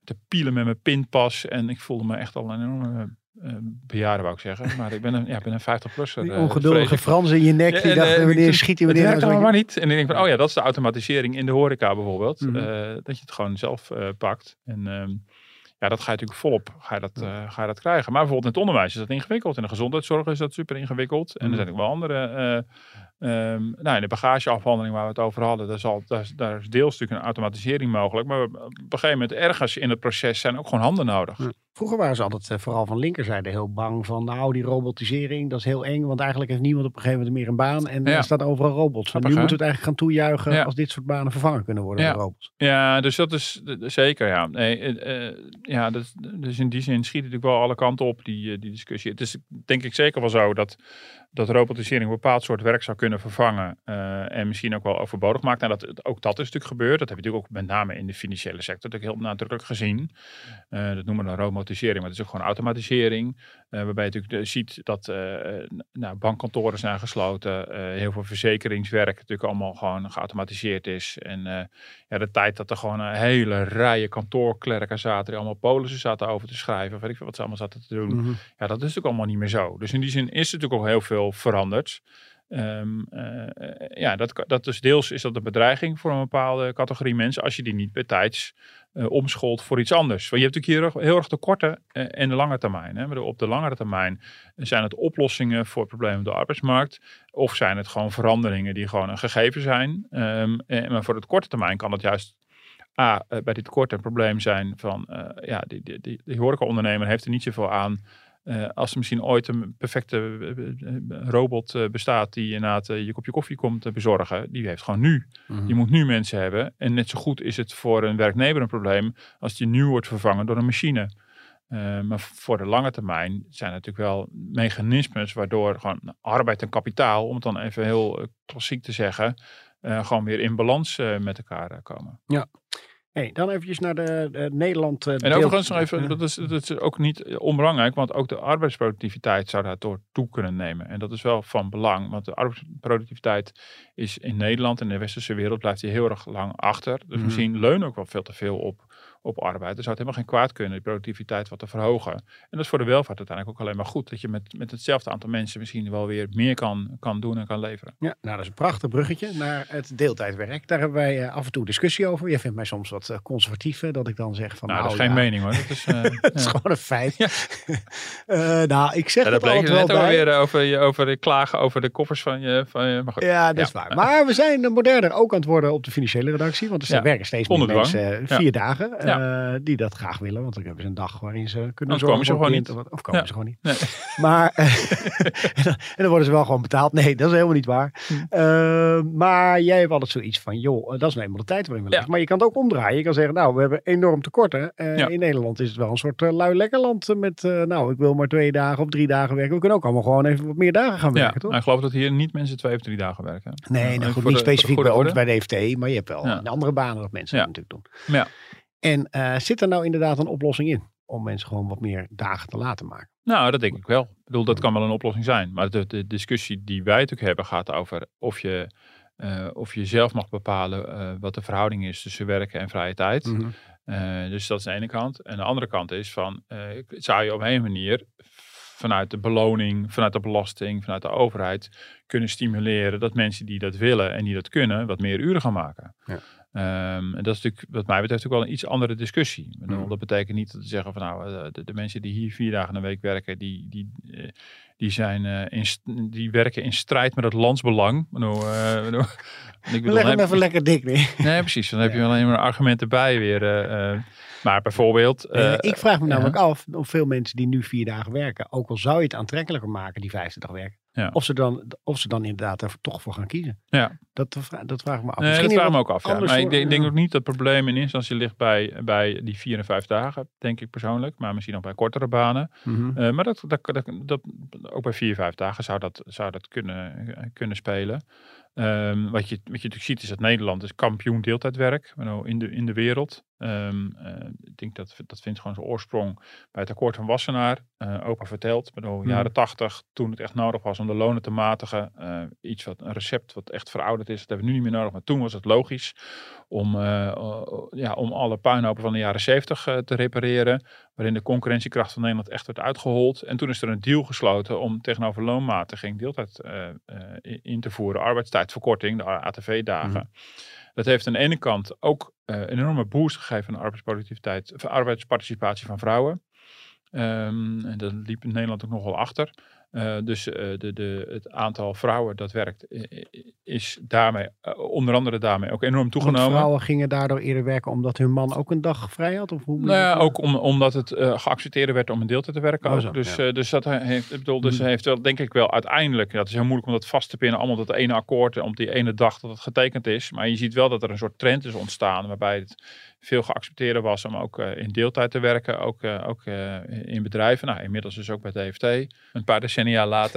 te pielen met mijn pinpas. En ik voelde me echt al een enorme uh, bejaarde, wou ik zeggen. Maar ik ben een, ja, ben een vijftig-plusser. Die ongeduldige Frans in je nek, die ja, dacht, wanneer uh, schiet hij wanneer... Het werkt maar niet. En ik denk van, oh ja, dat is de automatisering in de horeca bijvoorbeeld. Mm-hmm. Uh, dat je het gewoon zelf uh, pakt. En um, ja, dat ga je natuurlijk volop ga je dat, uh, ga je dat krijgen. Maar bijvoorbeeld in het onderwijs is dat ingewikkeld. In de gezondheidszorg is dat super ingewikkeld. En mm. er zijn ook wel andere... Uh, um, nou, in de bagageafhandeling waar we het over hadden, daar, zal, daar, daar is deels natuurlijk een automatisering mogelijk. Maar op een gegeven moment ergens in het proces zijn ook gewoon handen nodig. Ja. Vroeger waren ze altijd, uh, vooral van linkerzijde, heel bang van, nou, die robotisering, dat is heel eng. Want eigenlijk heeft niemand op een gegeven moment meer een baan. En ja. er staat overal robots. Van, nu moeten we het eigenlijk gaan toejuichen ja. als dit soort banen vervangen kunnen worden ja. door robots. Ja, dus dat is d- zeker, ja. Nee, uh, ja dat, dus in die zin schiet het natuurlijk wel alle kanten op, die, die discussie. Het is denk ik zeker wel zo dat, dat robotisering een bepaald soort werk zou kunnen vervangen. Uh, en misschien ook wel overbodig maakt. Nou, dat, ook dat is natuurlijk gebeurd. Dat heb je natuurlijk ook met name in de financiële sector natuurlijk heel nadrukkelijk gezien. Uh, dat noemen we dan robotisering, maar het is ook gewoon automatisering. Uh, waarbij je natuurlijk ziet dat uh, nou, bankkantoren zijn gesloten. Uh, heel veel verzekeringswerk natuurlijk allemaal gewoon geautomatiseerd is. En uh, ja, de tijd dat er gewoon een hele rijen kantoorklerken zaten, die allemaal polissen zaten over te schrijven. Of weet ik veel wat ze allemaal zaten te doen. Mm-hmm. Ja, dat is natuurlijk allemaal niet meer zo. Dus in die zin is er natuurlijk ook heel veel veranderd. Um, uh, ja, dat, dat is deels is dat een bedreiging voor een bepaalde categorie mensen als je die niet bij tijds uh, omscholt voor iets anders. Want je hebt natuurlijk hier heel erg de korte uh, en de lange termijn. Hè. Maar op de langere termijn zijn het oplossingen voor problemen op de arbeidsmarkt of zijn het gewoon veranderingen die gewoon een gegeven zijn. Um, en, maar voor de korte termijn kan het juist A, uh, bij dit tekort een probleem zijn van uh, ja, die, die, die, die horecaondernemer heeft er niet zoveel aan. Uh, als er misschien ooit een perfecte uh, robot uh, bestaat die inderdaad uh, je kopje koffie komt uh, bezorgen, die heeft gewoon nu. Mm-hmm. Je moet nu mensen hebben. En net zo goed is het voor een werknemer een probleem als die nu wordt vervangen door een machine. Uh, maar voor de lange termijn zijn er natuurlijk wel mechanismes waardoor gewoon arbeid en kapitaal, om het dan even heel uh, klassiek te zeggen, uh, gewoon weer in balans uh, met elkaar uh, komen. Ja. Hey, dan eventjes naar de, de Nederland. Uh, en overigens nog even, dat is, dat is ook niet onbelangrijk, want ook de arbeidsproductiviteit zou daardoor toe kunnen nemen. En dat is wel van belang, want de arbeidsproductiviteit is in Nederland en in de westerse wereld blijft die heel erg lang achter. Dus mm-hmm. misschien leunen ook wel veel te veel op, op arbeid. Er zou het helemaal geen kwaad kunnen, die productiviteit wat te verhogen. En dat is voor de welvaart uiteindelijk ook alleen maar goed, dat je met, met hetzelfde aantal mensen misschien wel weer meer kan, kan doen en kan leveren. Ja, nou dat is een prachtig bruggetje naar het deeltijdwerk. Daar hebben wij uh, af en toe discussie over. Jij vindt mij soms wat uh, conservatief, hè, dat ik dan zeg van... Nou, nou dat is ja, geen mening hoor. Dat is, uh, het is ja. gewoon een feit. Ja. uh, nou, ik zeg ja, het altijd wel bij. net weer over, je, over de klagen over de koffers van je... Van je maar goed. Ja, dat ja. is waar. Maar we zijn moderner ook aan het worden op de financiële redactie. Want er ja. werken steeds meer mensen uh, vier ja. dagen uh, ja. die dat graag willen. Want dan hebben ze een dag waarin ze kunnen zorgen. Komen ze gewoon niet. Of, of komen ja. ze gewoon niet. Nee. Maar, uh, en, dan, en dan worden ze wel gewoon betaald. Nee, dat is helemaal niet waar. Hm. Uh, maar jij hebt altijd zoiets van, joh, dat is nou eenmaal de tijd waarin we leven. Ja. Maar je kan het ook omdraaien. Je kan zeggen, nou, we hebben enorm tekorten. Uh, ja. In Nederland is het wel een soort uh, lui lekker land met, uh, nou, ik wil maar twee dagen of drie dagen werken. We kunnen ook allemaal gewoon even wat meer dagen gaan werken, ja. toch? Nou, ik geloof dat hier niet mensen twee of drie dagen werken. Nee, nou, goed, niet de, specifiek bij ons, bij de E V T, maar je hebt wel ja. andere banen dat mensen ja. dat natuurlijk doen. Ja. En uh, zit er nou inderdaad een oplossing in om mensen gewoon wat meer dagen te laten maken? Nou, dat denk ik wel. Ik bedoel, dat kan wel een oplossing zijn. Maar de, de discussie die wij natuurlijk hebben gaat over of je, uh, of je zelf mag bepalen uh, wat de verhouding is tussen werken en vrije tijd. Mm-hmm. Uh, dus dat is de ene kant. En de andere kant is van, uh, zou je op een manier vanuit de beloning, vanuit de belasting, vanuit de overheid kunnen stimuleren dat mensen die dat willen en die dat kunnen, wat meer uren gaan maken. Ja. Um, en dat is natuurlijk, wat mij betreft, ook wel een iets andere discussie. Mm. Dat betekent niet dat te zeggen van nou, de, de mensen die hier vier dagen in de week werken, die, die, die, zijn, uh, in, die werken in strijd met het landsbelang. Nou, uh, nou, ik bedoel, Leg hem even lekker dik neer. Nee, precies. Dan heb je alleen maar argumenten bij weer. Uh, uh, maar bijvoorbeeld... Uh, uh, ik vraag me namelijk uh, af of veel mensen die nu vier dagen werken, ook al zou je het aantrekkelijker maken, die vijftig werken. Ja. Of, ze dan, of ze dan inderdaad er toch voor gaan kiezen. Ja. Dat, dat vraag ik me af. Nee, Misschien dat vraag ik me ook af. Ja. Maar ik denk, ja. denk ook niet dat het probleem in eerste instantie ligt bij, bij die vier en vijf dagen, denk ik persoonlijk. Maar misschien ook bij kortere banen. Mm-hmm. Uh, maar dat, dat, dat, dat, ook bij vier, vijf dagen zou dat, zou dat kunnen, kunnen spelen. Um, wat, je, wat je natuurlijk ziet is dat Nederland is kampioen deeltijdwerk in de, in de wereld. Um, uh, ik denk dat dat vindt gewoon zijn oorsprong bij het akkoord van Wassenaar. Uh, opa vertelt, bedoel, Hmm. jaren tachtig, toen het echt nodig was om de lonen te matigen. Uh, iets wat een recept wat echt verouderd is, dat hebben we nu niet meer nodig. Maar toen was het logisch om, uh, uh, ja, om alle puinhopen van de jaren zeventig uh, te repareren. Waarin de concurrentiekracht van Nederland echt werd uitgehold. En toen is er een deal gesloten om tegenover loonmatiging deeltijd uh, uh, in te voeren. Arbeidstijdverkorting, de A T V-dagen. Hmm. Dat heeft aan de ene kant ook uh, een enorme boost gegeven aan de arbeidsproductiviteit, of arbeidsparticipatie van vrouwen. Um, en dat liep in Nederland ook nogal achter. Uh, dus uh, de, de, het aantal vrouwen dat werkt is daarmee, uh, onder andere daarmee ook enorm toegenomen. Want vrouwen gingen daardoor eerder werken omdat hun man ook een dag vrij had? Of hoe nou ja, ook om, omdat het uh, geaccepteerd werd om een deeltijd te werken. Oh, ook. zo, Dus, ja. uh, dus dat heeft, ik bedoel, dus hmm. heeft wel, denk ik wel uiteindelijk, ja, het is heel moeilijk om dat vast te pinnen, allemaal dat ene akkoord, om die ene dag dat het getekend is. Maar je ziet wel dat er een soort trend is ontstaan, waarbij het veel geaccepteerder was om ook uh, in deeltijd te werken, ook, uh, ook uh, in bedrijven. Nou, inmiddels dus ook bij D F T, een paar decennia later.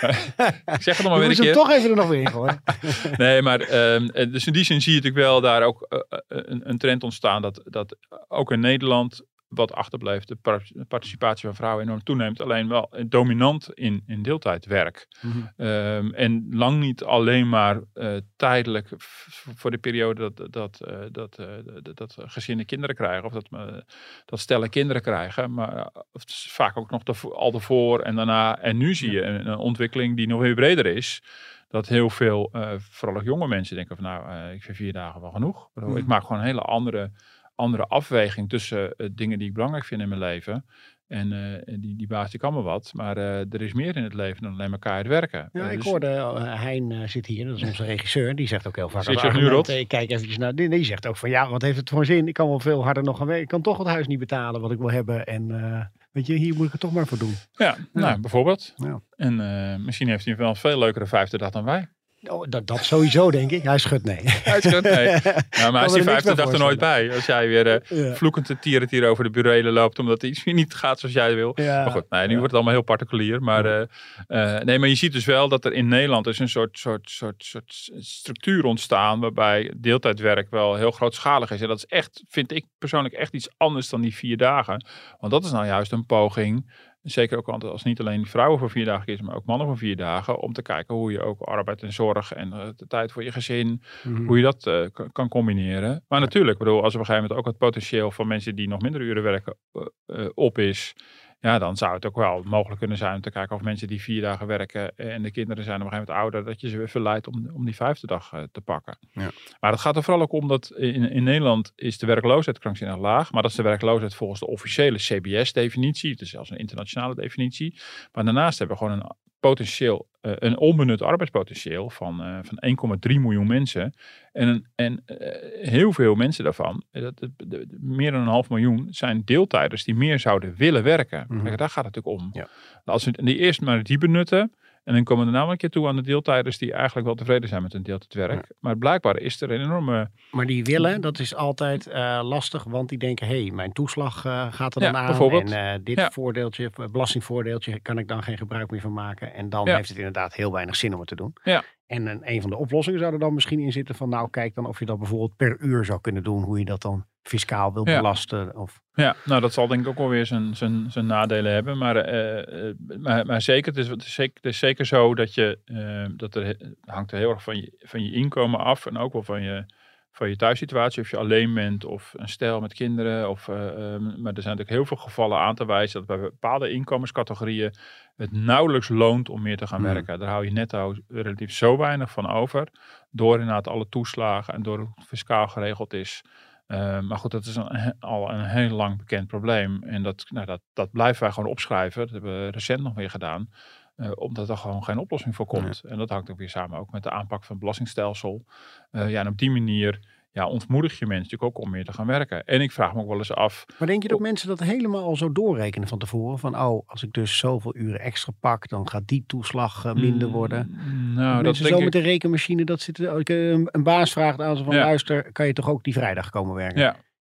Ik zeg het nog maar weer een keer. We toch even er nog weer in gooien. Nee, maar um, dus in die zin zie je natuurlijk wel daar ook uh, een, een trend ontstaan dat, dat ook in Nederland wat achterbleef, de participatie van vrouwen enorm toeneemt. Alleen wel dominant in, in deeltijdwerk. Mm-hmm. Um, en lang niet alleen maar uh, tijdelijk f- voor de periode dat, dat, uh, dat, uh, dat, dat gezinnen kinderen krijgen. Of dat, uh, dat stellen kinderen krijgen. Maar uh, vaak ook nog de, al daarvoor en daarna. En nu zie je een, een ontwikkeling die nog weer breder is. Dat heel veel, uh, vooral ook jonge mensen denken van nou, uh, ik vind vier dagen wel genoeg. Mm-hmm. Ik maak gewoon een hele andere... andere afweging tussen uh, dingen die ik belangrijk vind in mijn leven. En uh, die, die baas die kan me wat. Maar uh, er is meer in het leven dan alleen maar keihard werken. Ja, uh, ik dus... hoorde, uh, Hein uh, zit hier, dat is onze regisseur. Die zegt ook heel vaak... Zit je nu rot? Ik kijk eventjes naar... Die, die zegt ook van ja, wat heeft het voor zin? Ik kan wel veel harder nog gaan werken. Ik kan toch het huis niet betalen wat ik wil hebben. En uh, weet je, hier moet ik het toch maar voor doen. Ja, ja. nou bijvoorbeeld. Ja. En uh, misschien heeft hij wel een veel leukere vijfde dag dan wij. Oh, dat, dat sowieso, denk ik. Hij schudt nee. Hij schudt nee. Ja, maar als die vijfde dag er nooit bij. Als jij weer uh, ja. vloekend te tieren hier over de burelen loopt, omdat iets weer niet gaat zoals jij wil. Ja. Maar goed, nee, nu ja. wordt het allemaal heel particulier. Maar, uh, uh, nee, maar je ziet dus wel dat er in Nederland is een soort, soort, soort, soort structuur ontstaan, waarbij deeltijdwerk wel heel grootschalig is. En dat is echt, vind ik persoonlijk echt iets anders dan die vier dagen. Want dat is nou juist een poging... Zeker ook als niet alleen vrouwen voor vier dagen is, maar ook mannen voor vier dagen. Om te kijken hoe je ook arbeid en zorg en uh, de tijd voor je gezin, mm-hmm. hoe je dat uh, k- kan combineren. Maar ja. natuurlijk, bedoel, als op een gegeven moment ook het potentieel van mensen die nog minder uren werken uh, uh, op is. Ja, dan zou het ook wel mogelijk kunnen zijn om te kijken of mensen die vier dagen werken en de kinderen zijn op een gegeven moment ouder, dat je ze weer verleidt om, om die vijfde dag uh, te pakken. Ja. Maar het gaat er vooral ook om dat in, in Nederland is de werkloosheid krankzinnig laag, maar dat is de werkloosheid volgens de officiële C B S-definitie, dus zelfs een internationale definitie. Maar daarnaast hebben we gewoon een potentieel, uh, een onbenut arbeidspotentieel van, uh, van één komma drie miljoen mensen. En, en uh, heel veel mensen daarvan, dat, de, de, de, meer dan een half miljoen, zijn deeltijders die meer zouden willen werken. Mm-hmm. Kijk, daar gaat het natuurlijk om. Ja. Als we die eerst maar die benutten, en dan komen we daarna een keer toe aan de deeltijders die eigenlijk wel tevreden zijn met hun deeltijdwerk. Ja. Maar blijkbaar is er een enorme... Maar die willen, dat is altijd uh, lastig, want die denken, hé, hey, mijn toeslag uh, gaat er ja, dan aan. Bijvoorbeeld. En uh, dit ja. voordeeltje, belastingvoordeeltje, kan ik dan geen gebruik meer van maken. En dan ja. heeft het inderdaad heel weinig zin om het te doen. Ja. En een, een van de oplossingen zou er dan misschien in zitten van, nou kijk dan of je dat bijvoorbeeld per uur zou kunnen doen. Hoe je dat dan fiscaal wil ja. belasten. Of... Ja, nou dat zal denk ik ook wel weer zijn, zijn, zijn nadelen hebben. Maar, uh, maar, maar zeker, het is, het, is zeker, het is zeker zo dat je, uh, dat er hangt er heel erg van je, van je inkomen af. En ook wel van je, van je thuissituatie. Of je alleen bent of een stel met kinderen. Of, uh, um, maar er zijn natuurlijk heel veel gevallen aan te wijzen dat bij bepaalde inkomenscategorieën het nauwelijks loont om meer te gaan hmm. werken. Daar hou je netto relatief zo weinig van over. Door inderdaad alle toeslagen en door hoe het fiscaal geregeld is. Uh, maar goed, dat is een, al een heel lang bekend probleem. En dat, nou, dat, dat blijven wij gewoon opschrijven. Dat hebben we recent nog weer gedaan. Uh, omdat er gewoon geen oplossing voor komt. Ja. En dat hangt ook weer samen ook met de aanpak van het belastingstelsel. Uh, ja, en op die manier ja, ontmoedig je mensen natuurlijk ook om meer te gaan werken. En ik vraag me ook wel eens af... Maar denk je dat op, mensen dat helemaal al zo doorrekenen van tevoren? Van, oh, als ik dus zoveel uren extra pak, dan gaat die toeslag uh, minder worden. Mm, nou, dat mensen denk zo ik... met de rekenmachine, dat zitten, een, een baas vraagt aan ze van, ja. luister, kan je toch ook die vrijdag komen werken? Ja.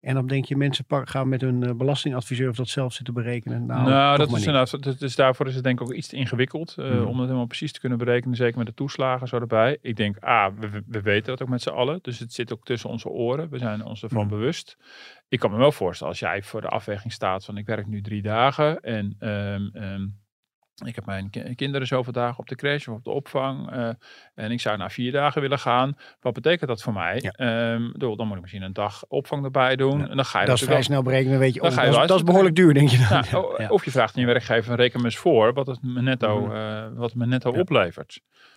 En dan denk je, mensen pak, gaan met hun uh, belastingadviseur of dat zelf zitten berekenen. Nou, nou dat is inderdaad, dat is, daarvoor is het denk ik ook iets te ingewikkeld. Uh, mm. Om dat helemaal precies te kunnen berekenen. Zeker met de toeslagen zo erbij. Ik denk, ah, we, we weten dat ook met z'n allen. Dus het zit ook tussen onze oren. We zijn ons ervan mm. bewust. Ik kan me wel voorstellen, als jij voor de afweging staat van ik werk nu drie dagen. En um, um, ik heb mijn k- kinderen zoveel dagen op de crash of op de opvang. Uh, en ik zou naar vier dagen willen gaan. Wat betekent dat voor mij? Ja. Um, dan moet ik misschien een dag opvang erbij doen. Ja. En dan ga je dat is vrij wel, snel berekenen. Weet je, oh, je dat, is, dat is behoorlijk duur, denk je dan. Nou, ja. Of je vraagt aan je werkgever, reken me eens voor wat het me netto, uh, wat het me netto ja. oplevert.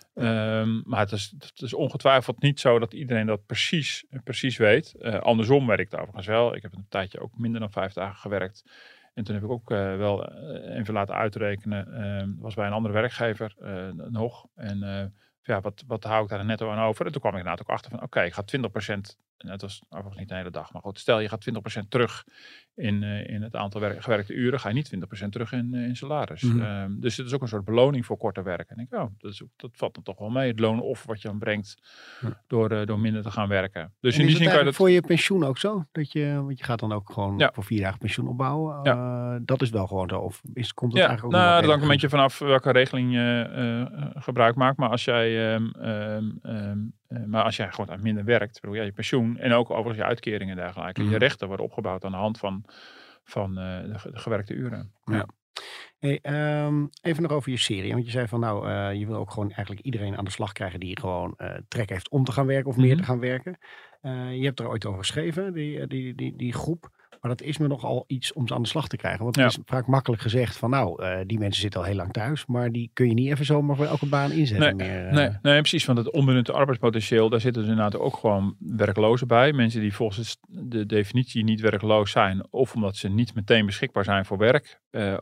Um, maar het is, het is ongetwijfeld niet zo dat iedereen dat precies, precies weet. Uh, andersom werkt het overigens wel. Ik heb een tijdje ook minder dan vijf dagen gewerkt. En toen heb ik ook uh, wel even laten uitrekenen. Uh, was bij een andere werkgever uh, nog. En uh, ja, wat, wat hou ik daar netto aan over? En toen kwam ik inderdaad ook achter van, oké, okay, ik ga twintig procent... En dat was overigens niet de hele dag. Maar goed, stel je gaat twintig procent terug in, uh, in het aantal werk, gewerkte uren. Ga je niet twintig procent terug in, uh, in salaris. Mm-hmm. Um, dus het is ook een soort beloning voor korter werk. En ik denk, oh, dat, is, dat valt dan toch wel mee. Het loonoffer wat je dan brengt ja. door, uh, door minder te gaan werken. Dus en in die zin kan je dat... voor je pensioen ook zo? Dat je, want je gaat dan ook gewoon ja. voor vier dagen pensioen opbouwen. Ja. Uh, dat is wel gewoon zo. Of is, komt het ja, eigenlijk ook nou, nog dat hangt een beetje vanaf welke regeling je uh, gebruik maakt. Maar als jij... Um, um, um, Uh, maar als jij gewoon aan minder werkt, bedoel, ja, je pensioen en ook overigens je uitkeringen en dergelijke. Mm. Je rechten worden opgebouwd aan de hand van, van uh, de, de gewerkte uren. Ja. Hey, um, even nog over je serie. Want je zei van nou, uh, je wil ook gewoon eigenlijk iedereen aan de slag krijgen die gewoon uh, trek heeft om te gaan werken of mm-hmm. meer te gaan werken. Uh, je hebt er ooit over geschreven, die, die, die, die groep. Maar dat is me nogal iets om ze aan de slag te krijgen. Want het ja. is vaak makkelijk gezegd van nou, uh, die mensen zitten al heel lang thuis. Maar die kun je niet even zomaar voor elke baan inzetten. Nee, meer, uh... nee, nee, precies. Want het onbenutte arbeidspotentieel, daar zitten dus inderdaad ook gewoon werklozen bij. Mensen die volgens de definitie niet werkloos zijn. Of omdat ze niet meteen beschikbaar zijn voor werk. Uh,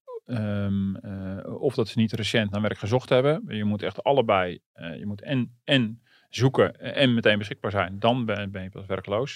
um, uh, of dat ze niet recent naar werk gezocht hebben. Je moet echt allebei, uh, je moet en, en zoeken en meteen beschikbaar zijn. Dan ben, ben je pas werkloos.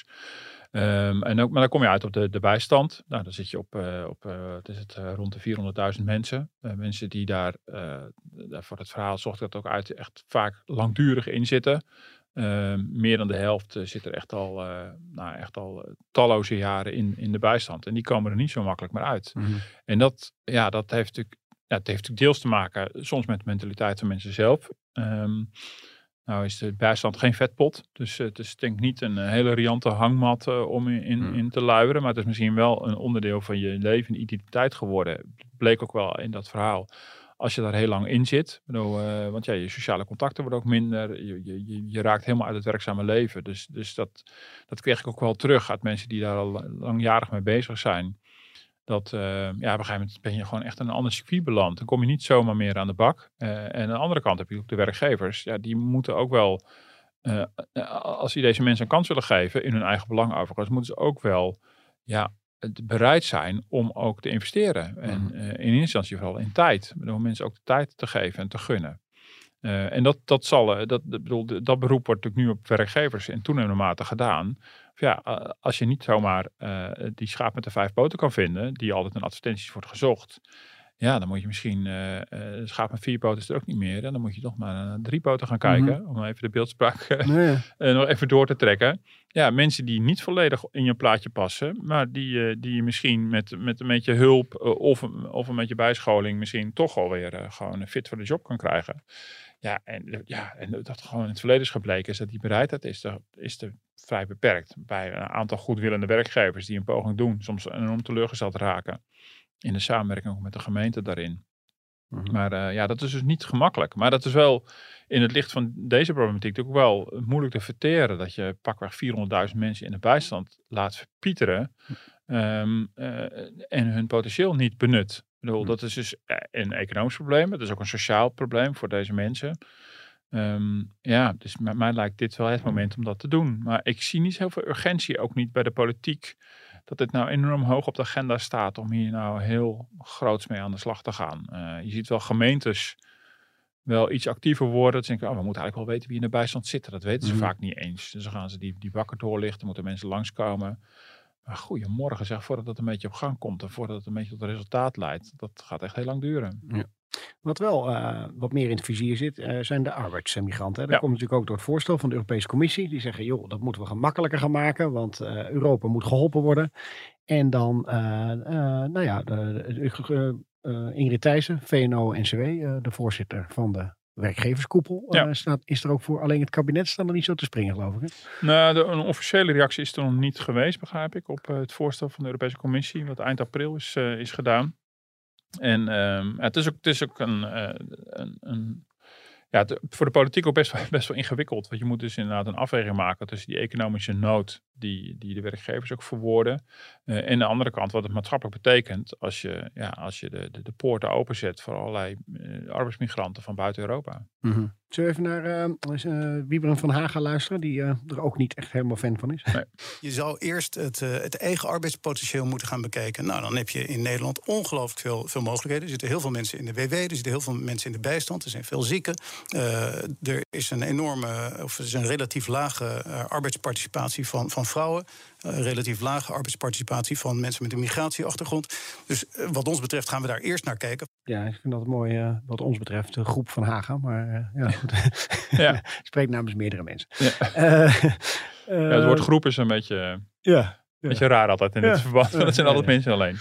Um, en ook, maar dan kom je uit op de, de bijstand. Nou, dan zit je op, uh, op uh, het is het, uh, rond de vierhonderdduizend mensen. Uh, mensen die daar, uh, daar voor het verhaal zocht ik dat ook uit, echt vaak langdurig in zitten. Uh, meer dan de helft uh, zit er echt al, uh, nou, echt al uh, talloze jaren in, in de bijstand. En die komen er niet zo makkelijk meer uit. Mm-hmm. En dat, ja, dat heeft natuurlijk, ja, het heeft natuurlijk deels te maken soms met de mentaliteit van mensen zelf. Um, Nou is de bijstand geen vetpot, dus uh, het is denk ik niet een uh, hele riante hangmat uh, om in, in, in te luieren. Maar het is misschien wel een onderdeel van je leven, een identiteit geworden. Het bleek ook wel in dat verhaal, als je daar heel lang in zit. Bedoel, uh, want ja, je sociale contacten worden ook minder, je, je, je raakt helemaal uit het werkzame leven. Dus, dus dat, dat kreeg ik ook wel terug uit mensen die daar al langjarig mee bezig zijn. Dat uh, ja, op een gegeven moment ben je gewoon echt in een ander circuit beland. Dan kom je niet zomaar meer aan de bak. Uh, en aan de andere kant heb je ook de werkgevers. Ja, die moeten ook wel, uh, als die deze mensen een kans willen geven, in hun eigen belang overigens, moeten ze ook wel ja, bereid zijn om ook te investeren. En uh, in eerste instantie vooral in tijd. Om mensen ook de tijd te geven en te gunnen. Uh, en dat, dat, zal, dat, bedoel, dat beroep wordt natuurlijk nu op werkgevers in toenemende mate gedaan. Ja, als je niet zomaar uh, die schaap met de vijf poten kan vinden, die altijd in advertenties wordt gezocht, ja, dan moet je misschien, uh, uh, schaap met vier poten is er ook niet meer, en dan moet je toch maar naar drie poten gaan kijken, mm-hmm. om even de beeldspraak uh, nee. uh, nog even door te trekken. Ja, mensen die niet volledig in je plaatje passen, maar die, uh, die je misschien met, met een beetje hulp uh, of, of een beetje bijscholing misschien toch alweer uh, gewoon fit voor de job kan krijgen. Ja, en, ja, en dat gewoon in het verleden is gebleken, is dat die bereidheid is te, is te vrij beperkt. Bij een aantal goedwillende werkgevers die een poging doen, soms enorm teleurgesteld raken. In de samenwerking ook met de gemeente daarin. Mm-hmm. Maar uh, ja, dat is dus niet gemakkelijk. Maar dat is wel in het licht van deze problematiek ook wel moeilijk te verteren. Dat je pakweg vierhonderdduizend mensen in de bijstand laat verpieteren. Um, uh, en hun potentieel niet benut. Ik bedoel, dat is dus een economisch probleem. Het is ook een sociaal probleem voor deze mensen. Um, ja, dus mij, mij lijkt dit wel het moment om dat te doen. Maar ik zie niet heel veel urgentie, ook niet bij de politiek, dat het nou enorm hoog op de agenda staat om hier nou heel groots mee aan de slag te gaan. Uh, je ziet wel gemeentes wel iets actiever worden. Dat denk ik, oh, we moeten eigenlijk wel weten wie in de bijstand zit. Dat weten ze mm. vaak niet eens. Dus dan gaan ze die, die bakken doorlichten, moeten mensen langskomen. Maar goedemorgen zeg, voordat het een beetje op gang komt en voordat het een beetje tot resultaat leidt, dat gaat echt heel lang duren. Ja. Wat wel uh, wat meer in het vizier zit, uh, zijn de arbeidsmigranten. Dat Ja. komt natuurlijk ook door het voorstel van de Europese Commissie. Die zeggen, joh, dat moeten we gemakkelijker gaan maken, want uh, Europa moet geholpen worden. En dan, uh, uh, nou ja, de, de, uh, uh, Ingrid Thijssen, V N O N C W, uh, de voorzitter van de werkgeverskoepel, uh, Ja. staat, is er ook voor. Alleen het kabinet staat er niet zo te springen, geloof ik. Hè? Nou, de, een officiële reactie is er nog niet geweest, begrijp ik, op uh, het voorstel van de Europese Commissie, wat eind april is, uh, is gedaan. En um, het, is ook, het is ook een, uh, een, een ja, het, voor de politiek ook best wel, best wel ingewikkeld. Want je moet dus inderdaad een afweging maken tussen die economische nood die, die de werkgevers ook verwoorden. Uh, en de andere kant wat het maatschappelijk betekent als je, ja, als je de, de, de poorten openzet voor allerlei uh, arbeidsmigranten van buiten Europa. Mm-hmm. Zullen we even naar uh, uh, Wieberen van Haga luisteren, die uh, er ook niet echt helemaal fan van is? Nee. Je zou eerst het, uh, het eigen arbeidspotentieel moeten gaan bekijken. Nou, dan heb je in Nederland ongelooflijk veel, veel mogelijkheden. Er zitten heel veel mensen in de W W, er zitten heel veel mensen in de bijstand, er zijn veel zieken. Uh, er is een enorme, of er is een relatief lage uh, arbeidsparticipatie van, van vrouwen. Uh, relatief lage arbeidsparticipatie van mensen met een migratieachtergrond. Dus uh, wat ons betreft gaan we daar eerst naar kijken. Ja, ik vind dat mooi uh, wat ons betreft, de groep van Haga. Maar uh, ja, goed. Ja. Spreekt namens meerdere mensen. Ja. Uh, uh, ja, het woord groep is een beetje, ja, een beetje raar altijd in ja. dit verband. Want dat zijn ja, altijd ja. mensen alleen.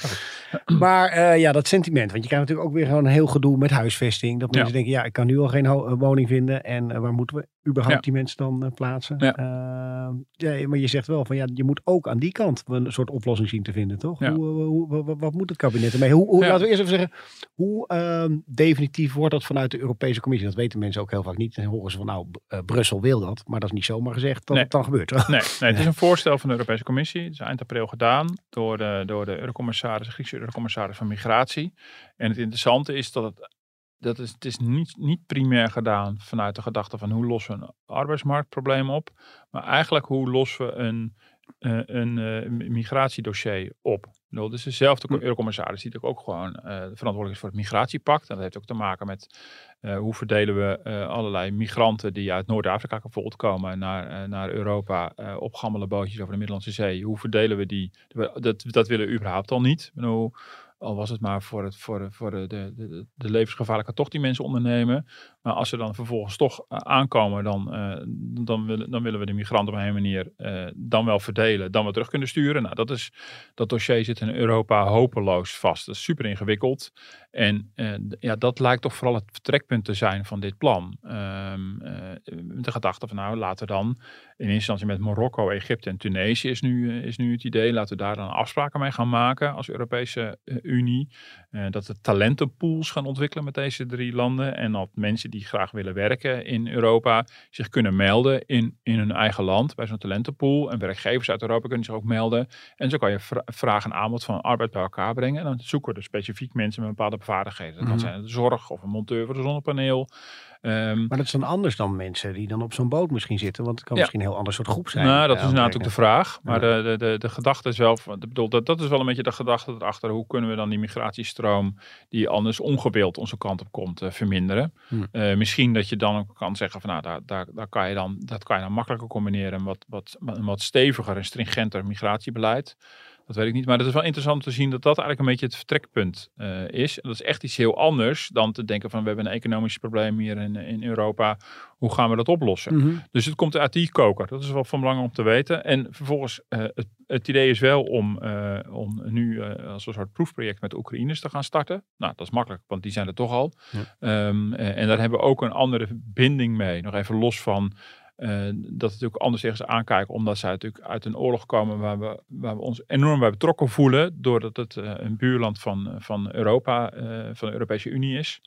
Maar uh, ja, dat sentiment. Want je krijgt natuurlijk ook weer gewoon een heel gedoe met huisvesting. Dat mensen Ja. denken, ja, ik kan nu al geen ho- woning vinden. En uh, waar moeten we überhaupt Ja. die mensen dan uh, plaatsen? Ja. Uh, ja, maar je zegt wel van, ja, je moet ook aan die kant een soort oplossing zien te vinden, toch? Ja. Hoe, uh, hoe, wat, wat moet het kabinet ermee? Hoe, hoe, Ja. Laten we eerst even zeggen, hoe uh, definitief wordt dat vanuit de Europese Commissie? Dat weten mensen ook heel vaak niet. Dan horen ze van, nou, uh, Brussel wil dat. Maar dat is niet zomaar gezegd dat Nee. het dan gebeurt. Nee, nee, het is een voorstel van de Europese Commissie. Het is eind april gedaan door de, door de eurocommissaris, de Griekse eurocommissaris van Migratie. En het interessante is dat het, dat is, het is niet, niet primair gedaan vanuit de gedachte van hoe lossen we een arbeidsmarktprobleem op. Maar eigenlijk hoe lossen we een, uh, een uh, migratiedossier op. Nou, dus dezelfde eurocommissaris die ook gewoon uh, verantwoordelijk is voor het migratiepact. En dat heeft ook te maken met uh, hoe verdelen we uh, allerlei migranten die uit Noord-Afrika bijvoorbeeld komen naar, uh, naar Europa uh, op gammele bootjes over de Middellandse Zee. Hoe verdelen we die? Dat, dat willen we überhaupt al niet. Nou, al was het maar voor, het, voor, de, voor de, de, de, de levensgevaarlijke tocht die mensen ondernemen. Maar als ze dan vervolgens toch uh, aankomen, dan, uh, dan, willen, dan willen we de migranten op een manier uh, dan wel verdelen, dan weer terug kunnen sturen. Nou, dat, is, dat dossier zit in Europa hopeloos vast. Dat is super ingewikkeld. En uh, ja, dat lijkt toch vooral het vertrekpunt te zijn van dit plan. Um, uh, de gedachte van nou, laten we dan in eerste instantie met Marokko, Egypte en Tunesië is nu, uh, is nu het idee. Laten we daar dan afspraken mee gaan maken als Europese uh, Unie. Uh, dat we talentenpools gaan ontwikkelen met deze drie landen. En dat mensen die graag willen werken in Europa zich kunnen melden in, in hun eigen land bij zo'n talentenpool. En werkgevers uit Europa kunnen zich ook melden. En zo kan je vra- vraag en aanbod van arbeid bij elkaar brengen. En dan zoeken we er specifiek mensen met bepaalde vaardigheden. Dat kan zijn de zorg of een monteur voor een zonnepaneel. Um, Maar dat is dan anders dan mensen die dan op zo'n boot misschien zitten. Want het kan Ja. misschien een heel ander soort groep zijn. Nou, dat uh, is inderdaad ook de vraag. Maar Ja. de, de, de, de gedachte is wel, ik bedoel, dat, dat is wel een beetje de gedachte erachter. Hoe kunnen we dan die migratiestroom die anders ongewild onze kant op komt uh, verminderen? Hmm. Uh, misschien dat je dan ook kan zeggen van nou, daar, daar, daar kan je dan, dat kan je dan makkelijker combineren. Een wat, wat, een wat steviger en stringenter migratiebeleid. Dat weet ik niet, maar het is wel interessant te zien dat dat eigenlijk een beetje het vertrekpunt uh, is. En dat is echt iets heel anders dan te denken van we hebben een economisch probleem hier in, in Europa. Hoe gaan we dat oplossen? Mm-hmm. Dus het komt uit die koker. Dat is wel van belang om te weten. En vervolgens, uh, het, het idee is wel om, uh, om nu uh, als een soort proefproject met de Oekraïners te gaan starten. Nou, dat is makkelijk, want die zijn er toch al. Ja. Um, uh, en daar hebben we ook een andere binding mee. Nog even los van Uh, dat het natuurlijk anders tegen ze aankijken, omdat zij natuurlijk uit een oorlog komen waar we, waar we ons enorm bij betrokken voelen, doordat het uh, een buurland van, van Europa, uh, van de Europese Unie is.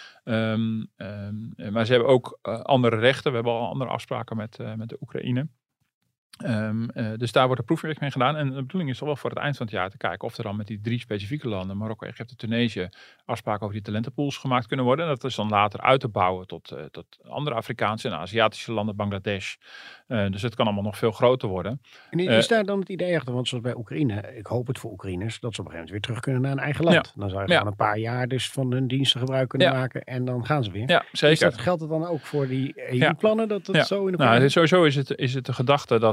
Um, um, maar ze hebben ook uh, andere rechten. We hebben al andere afspraken met, uh, met de Oekraïne. Um, uh, dus daar wordt een proefwerk mee gedaan. En de bedoeling is al wel voor het eind van het jaar te kijken of er dan met die drie specifieke landen, Marokko, Egypte, Tunesië, afspraken over die talentenpools gemaakt kunnen worden. En dat is dan later uit te bouwen tot, uh, tot andere Afrikaanse en Aziatische landen, Bangladesh. Uh, dus het kan allemaal nog veel groter worden. En is Uh, daar dan het idee achter, want zoals bij Oekraïne, ik hoop het voor Oekraïners, dat ze op een gegeven moment weer terug kunnen naar hun eigen land. Ja. Dan zou je Ja. gewoon een paar jaar dus van hun diensten gebruik kunnen Ja. maken en dan gaan ze weer. Ja, zeker. Is dat, geldt het dan ook voor die E U-plannen, dat dat Ja. zo in de Nou, dit, sowieso is het, is het de gedachte dat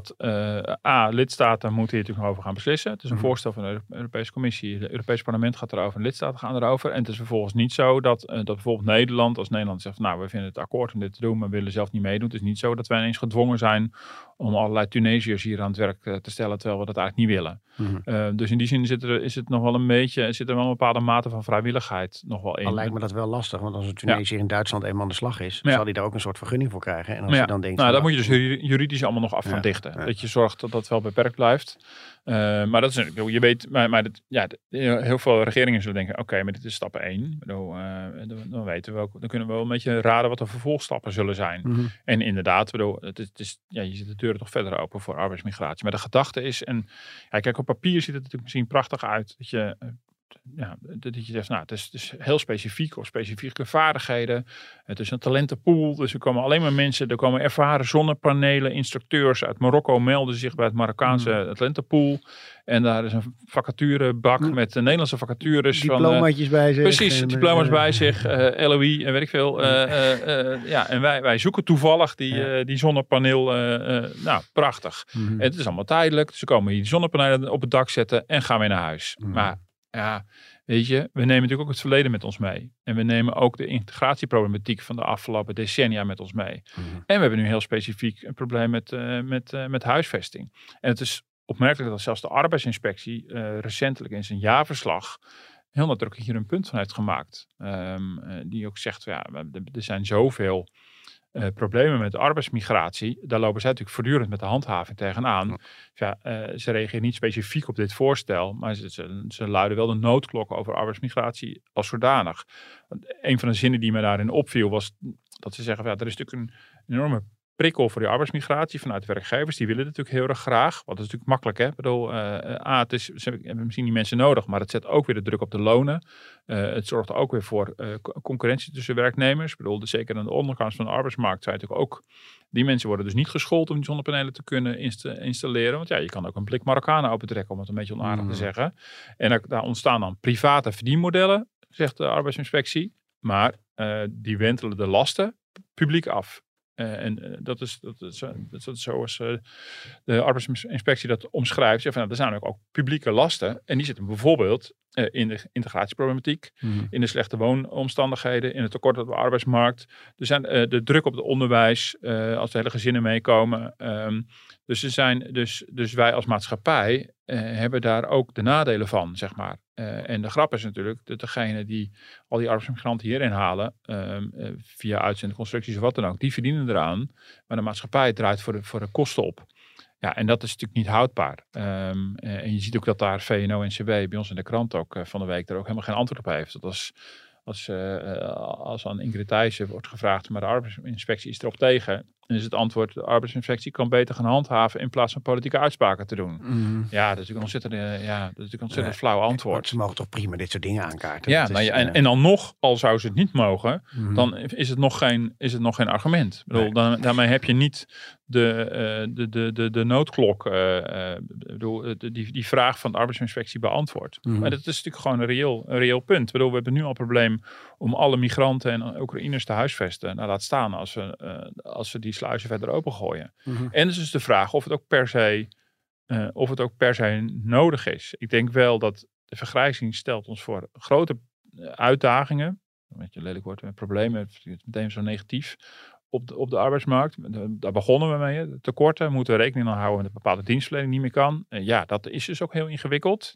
dat uh, A, lidstaten moeten hier natuurlijk over gaan beslissen. Het is een mm. voorstel van de Europese Commissie. Het Europese Parlement gaat erover en lidstaten gaan erover. En het is vervolgens niet zo dat, uh, dat bijvoorbeeld Nederland, als Nederland zegt, nou, we vinden het akkoord om dit te doen, maar we willen zelf niet meedoen. Het is niet zo dat wij ineens gedwongen zijn om allerlei Tunesiërs hier aan het werk uh, te stellen, terwijl we dat eigenlijk niet willen. Mm. Uh, dus in die zin zit er, is het nog wel een beetje, zit er wel een bepaalde mate van vrijwilligheid nog wel in. Al lijkt me dat wel lastig, want als een Tunesiër ja. in Duitsland eenmaal aan de slag is, ja. zal hij daar ook een soort vergunning voor krijgen. En als ja. je dan denkt, nou, van, dat moet je dus juridisch allemaal nog af gaan ja. dichten. Ja. Dat je zorgt dat dat wel beperkt blijft. Uh, maar dat is, je weet, maar, maar dat, ja, heel veel regeringen zullen denken, oké, okay, maar dit is stap één. Bedoel, uh, dan, dan weten we ook, dan kunnen we wel een beetje raden wat de vervolgstappen zullen zijn. Mm-hmm. En inderdaad, bedoel, het is, het is, ja, je zet de deuren toch verder open voor arbeidsmigratie. Maar de gedachte is, en ja, kijk, op papier ziet het natuurlijk misschien prachtig uit, dat je Ja, dat je zegt, nou, het is, het is heel specifiek of specifieke vaardigheden. Het is een talentenpool, dus er komen alleen maar mensen, er komen ervaren zonnepanelen, instructeurs uit Marokko melden zich bij het Marokkaanse mm. talentenpool. En daar is een vacaturebak mm. met de Nederlandse vacatures. Diplomaatjes uh, bij zich. Precies, en, diploma's uh, bij zich, uh, L O I en weet ik veel. Uh, uh, uh, ja, en wij, wij zoeken toevallig die, ja. uh, die zonnepaneel. Uh, uh, nou, prachtig. Mm. En het is allemaal tijdelijk, dus ze komen hier die zonnepanelen op het dak zetten en gaan weer naar huis. Mm. Maar ja, weet je, we nemen natuurlijk ook het verleden met ons mee. En we nemen ook de integratieproblematiek van de afgelopen decennia met ons mee. Mm-hmm. En we hebben nu heel specifiek een probleem met, uh, met, uh, met huisvesting. En het is opmerkelijk dat zelfs de arbeidsinspectie uh, recentelijk in zijn jaarverslag heel nadrukkelijk hier een punt van heeft gemaakt. Um, uh, die ook zegt, ja, er zijn zoveel Uh, problemen met de arbeidsmigratie, daar lopen zij natuurlijk voortdurend met de handhaving tegenaan. Ja, uh, ze reageren niet specifiek op dit voorstel, maar ze, ze, ze luiden wel de noodklok over arbeidsmigratie als zodanig. Een van de zinnen die me daarin opviel was dat ze zeggen, ja, er is natuurlijk een, een enorme prikkel voor die arbeidsmigratie vanuit werkgevers. Die willen het natuurlijk heel erg graag. Want dat is natuurlijk makkelijk. Hè? Ik bedoel, uh, A, het is, ze hebben misschien die mensen nodig, maar het zet ook weer de druk op de lonen. Uh, het zorgt ook weer voor uh, concurrentie tussen werknemers. Ik bedoel, dus zeker aan de onderkant van de arbeidsmarkt zijn natuurlijk ook, die mensen worden dus niet geschoold om die zonnepanelen te kunnen insta- installeren. Want ja, je kan ook een blik Marokkanen opentrekken, om het een beetje onaardig mm. te zeggen. En daar, daar ontstaan dan private verdienmodellen, zegt de arbeidsinspectie. Maar uh, die wentelen de lasten publiek af. Uh, en uh, dat, is, dat, is, uh, dat is zoals uh, de arbeidsinspectie dat omschrijft. Ja, van, nou, er zijn ook publieke lasten. En die zitten bijvoorbeeld uh, in de integratieproblematiek. Mm-hmm. In de slechte woonomstandigheden. In het tekort op de arbeidsmarkt. Er zijn uh, de druk op het onderwijs. Uh, als de hele gezinnen meekomen. Um, dus, er zijn, dus, dus wij als maatschappij uh, hebben daar ook de nadelen van, zeg maar. Uh, en de grap is natuurlijk dat degene die al die arbeidsmigranten hierin halen, um, uh, via uitzendconstructies of wat dan ook, die verdienen eraan. Maar de maatschappij draait voor de, voor de kosten op. Ja, en dat is natuurlijk niet houdbaar. Um, uh, en je ziet ook dat daar V N O N C W bij ons in de krant ook uh, van de week er ook helemaal geen antwoord op heeft. Dat als, als, uh, als aan Ingrid Thijssen wordt gevraagd, maar de arbeidsinspectie is erop tegen. En is het antwoord, de arbeidsinspectie kan beter gaan handhaven in plaats van politieke uitspraken te doen. Mm. Ja, dat is natuurlijk een ontzettend, uh, ja, dat is natuurlijk een ontzettend nee, flauw antwoord. Ze mogen toch prima dit soort dingen aankaarten. Ja, nou ja en, uh, en dan nog, al zou ze het niet mogen, mm. dan is het nog geen, is het nog geen argument. Ik bedoel, nee. dan, daarmee heb je niet de, uh, de, de, de, de noodklok, uh, uh, bedoel, die, die vraag van de arbeidsinspectie beantwoord. Mm. Maar dat is natuurlijk gewoon een reëel, een reëel punt. Ik bedoel, we hebben nu al een probleem om alle migranten en Oekraïners te huisvesten. Nou, laat staan als we, uh, als we die sluizen verder opengooien. Mm-hmm. En dus is de vraag of het ook per se uh, of het ook per se nodig is. Ik denk wel dat de vergrijzing stelt ons voor grote uitdagingen. Een beetje lelijk wordt met problemen, het is meteen zo negatief. Op de, op de arbeidsmarkt, daar begonnen we mee. De tekorten, moeten we rekening mee houden met een bepaalde dienstverlening niet meer kan. Uh, ja, dat is dus ook heel ingewikkeld.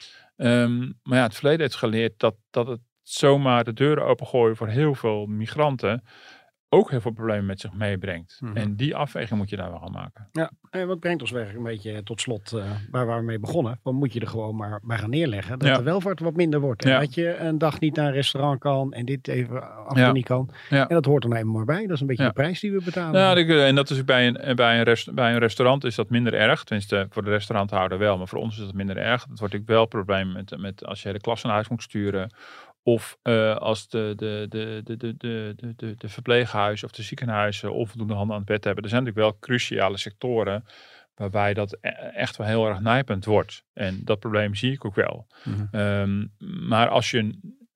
Um, maar ja, het verleden heeft geleerd dat, dat het zomaar de deuren opengooien voor heel veel migranten ook heel veel problemen met zich meebrengt. Mm-hmm. En die afweging moet je daar wel gaan maken. Ja, en wat brengt ons weer een beetje tot slot uh, waar we mee begonnen. Dan moet je er gewoon maar bij gaan neerleggen. Dat ja. de welvaart wat minder wordt. Ja. Dat je een dag niet naar een restaurant kan en dit even af en ja. niet kan. Ja. En dat hoort er nou eenmaal maar bij. Dat is een beetje ja. de prijs die we betalen. Ja, en dat is bij een, bij, een rest, bij een restaurant is dat minder erg. Tenminste, voor de restauranthouder wel. Maar voor ons is dat minder erg. Dat wordt natuurlijk wel een probleem met, met als je hele klas naar huis moet sturen. Of uh, als de, de, de, de, de, de, de, de verpleeghuizen of de ziekenhuizen onvoldoende handen aan het bed hebben. Er zijn natuurlijk wel cruciale sectoren waarbij dat echt wel heel erg nijpend wordt. En dat probleem zie ik ook wel. Mm-hmm. Um, maar als je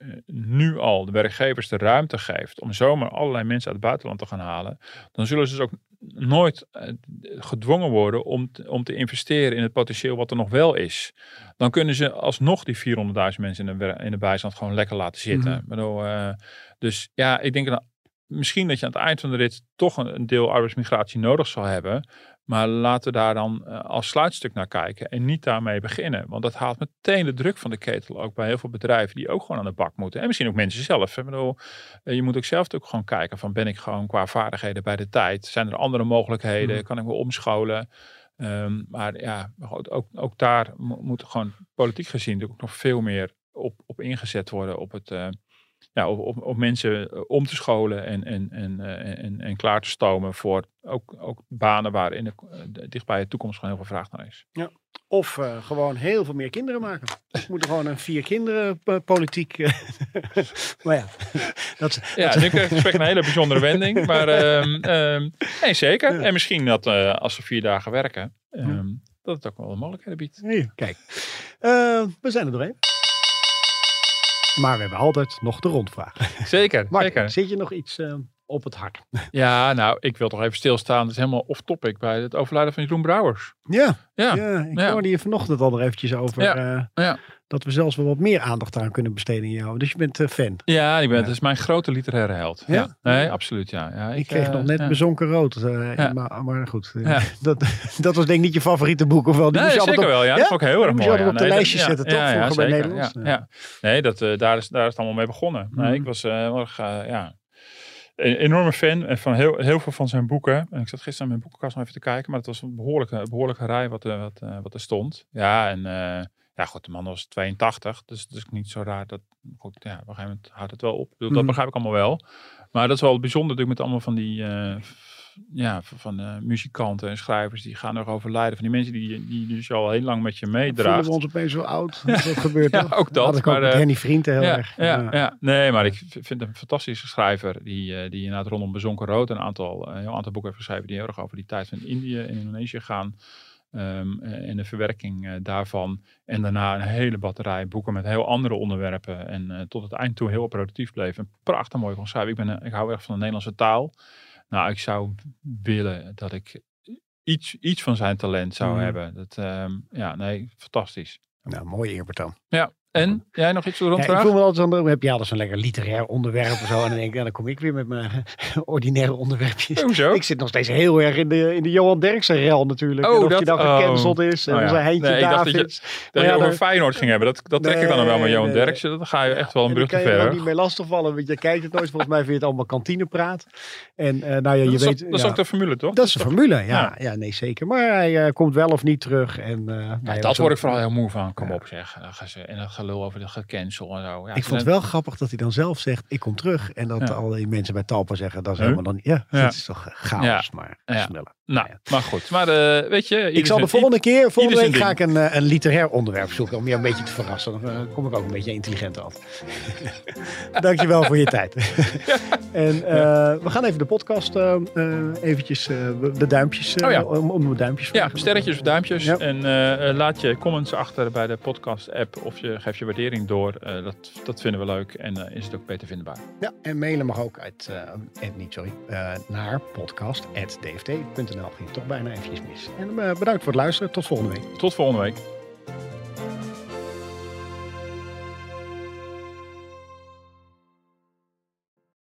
nu al de werkgevers de ruimte geeft om zomaar allerlei mensen uit het buitenland te gaan halen, dan zullen ze dus ook nooit uh, gedwongen worden om te, om te investeren in het potentieel wat er nog wel is. Dan kunnen ze alsnog die vierhonderdduizend mensen in de, in de bijstand gewoon lekker laten zitten. Mm-hmm. Bedoel, uh, dus ja, ik denk dat misschien dat je aan het eind van de rit toch een, een deel arbeidsmigratie nodig zal hebben. Maar laten we daar dan uh, als sluitstuk naar kijken en niet daarmee beginnen. Want dat haalt meteen de druk van de ketel ook bij heel veel bedrijven die ook gewoon aan de bak moeten. En misschien ook mensen zelf. Ik bedoel, uh, je moet ook zelf ook gewoon kijken van ben ik gewoon qua vaardigheden bij de tijd? Zijn er andere mogelijkheden? Mm. Kan ik me omscholen? Um, maar ja, ook, ook daar moet gewoon politiek gezien ook nog veel meer op, op ingezet worden op het... Uh, Ja, op, op, op mensen om te scholen en, en, en, en, en klaar te stomen voor ook, ook banen waar in de, de, dichtbij de toekomst gewoon heel veel vraag naar is. Ja. Of uh, gewoon heel veel meer kinderen maken. We moeten gewoon een vier kinderen uh, politiek. Uh, maar ja, dat, ja, dat... nu krijg ik een hele bijzondere wending. Maar um, um, nee, zeker. Ja. En misschien dat uh, als ze vier dagen werken, um, ja. dat het ook wel een mogelijkheden biedt. Ja, kijk, uh, we zijn er doorheen. Maar we hebben altijd nog de rondvraag. Zeker, Martin, zeker. Zit je nog iets uh, op het hart? Ja, nou, ik wil toch even stilstaan. Dat is helemaal off-topic bij het overlijden van Jeroen Brouwers. Ja, ja. ja ik ja. hoorde je vanochtend al er eventjes over. Ja. Uh, ja. Dat we zelfs wel wat meer aandacht aan kunnen besteden in jou. Dus je bent uh, fan. Ja, ik ben, ja. dat is mijn grote literaire held. Ja? ja. Nee, absoluut. Ja. Ja, ik, ik kreeg uh, nog net ja. Bezonken Rood. Uh, ja. maar, maar goed, uh, ja. dat, dat was denk ik niet je favoriete boek. Of wel? Die nee, zeker op, wel. Ja, ja? Dat vond ik heel erg mooi. Die moest je ja. op de nee, lijstjes dat, zetten, ja, toch? Ja, ja, bij zeker. Nederlands. Ja, ja. Nee, dat, uh, daar, is, daar is het allemaal mee begonnen. Nee, mm. Ik was uh, heel erg, uh, ja... een enorme fan van heel, heel veel van zijn boeken. En ik zat gisteren in mijn boekenkast nog even te kijken. Maar het was een behoorlijke, behoorlijke rij wat, uh, wat, uh, wat er stond. Ja, en uh, ja, goed, de man was tweeëntachtig. Dus het is niet zo raar dat... Goed, ja, op een gegeven moment houdt het wel op. Dat mm. begrijp ik allemaal wel. Maar dat is wel bijzonder natuurlijk met allemaal van die... Uh, ja, van uh, muzikanten en schrijvers die gaan nog overlijden. Van die mensen die, die dus al heel lang met je meedraagt. Voelen we ons opeens zo oud? Dat gebeurt ja, toch? ook dat. Had ik maar, ook met uh, Henny Vrienden heel ja, erg. Ja, ja. ja, nee, maar ik vind een fantastische schrijver die, uh, die inderdaad rondom Bezonken Rood een aantal, een heel aantal boeken heeft geschreven die heel erg over die tijd van Indië en Indonesië gaan. Um, en de verwerking uh, daarvan. En daarna een hele batterij boeken met heel andere onderwerpen. En uh, tot het eind toe heel productief bleef. Een prachtig mooi kon schrijven. Ik, ben, uh, ik hou erg van de Nederlandse taal. Nou, ik zou willen dat ik iets, iets van zijn talent zou mm. hebben. Dat, um, ja, nee, fantastisch. Nou, mooi eerbetoon. Ja. En? Jij nog iets voor de rondvraag? Ja, ik voel me altijd zo, heb je altijd zo'n lekker literair onderwerp of zo. En dan denk ik, ja, dan kom ik weer met mijn ordinaire onderwerpjes. Hoezo? Ik zit nog steeds heel erg in de, in de Johan Derksen rel natuurlijk. Oh, en of dat, die dan gecanceld is. En oh, ja. onze Heintje nee, David. Ik dacht dat je, dat je ja, over dan, Feyenoord ging hebben. Dat, dat trek nee, ik dan nog wel met Johan nee, Derksen. Dan ga je echt wel een brug te ver. Daar kan je er niet mee lastigvallen. Want je kijkt het nooit. Volgens mij vind je het allemaal kantinepraat. En uh, nou ja, je dat weet... Is ook, dat is ook de formule, toch? Dat is de formule, ja. Ja, ja nee, zeker. Maar hij uh, komt wel of niet terug. En, uh, ja, nou, dat word ik vooral heel moe van. Kom op zeg. En dat gelul over de gecancel. En zo. Ja, ik vond het wel grappig dat hij dan zelf zegt, ik kom terug. En dat ja. al die mensen bij Talpa zeggen, dat is helemaal dan niet. Ja, ja, dat is toch chaos, ja. maar ja. sneller. Nou, ja. maar goed. Maar uh, weet je... Ik zal de volgende keer, volgende week ga ik een, uh, een literair onderwerp zoeken. Om je een beetje te verrassen. Dan uh, kom ik ook een beetje intelligenter af. Dankjewel voor je tijd. Ja. En uh, ja. we gaan even de podcast uh, uh, eventjes uh, de duimpjes, uh, oh ja. om, om de duimpjes vragen. Ja, sterretjes of duimpjes. Ja. En uh, laat je comments achter bij de podcast app. Of je geeft je waardering door. Uh, dat, dat vinden we leuk. En uh, is het ook beter vindbaar. Ja, en mailen mag ook uit, uh, uit niet, sorry, uh, naar podcast at d f t punt n l. Ging toch bijna eventjes mis. En uh, bedankt voor het luisteren. Tot volgende week. Tot volgende week.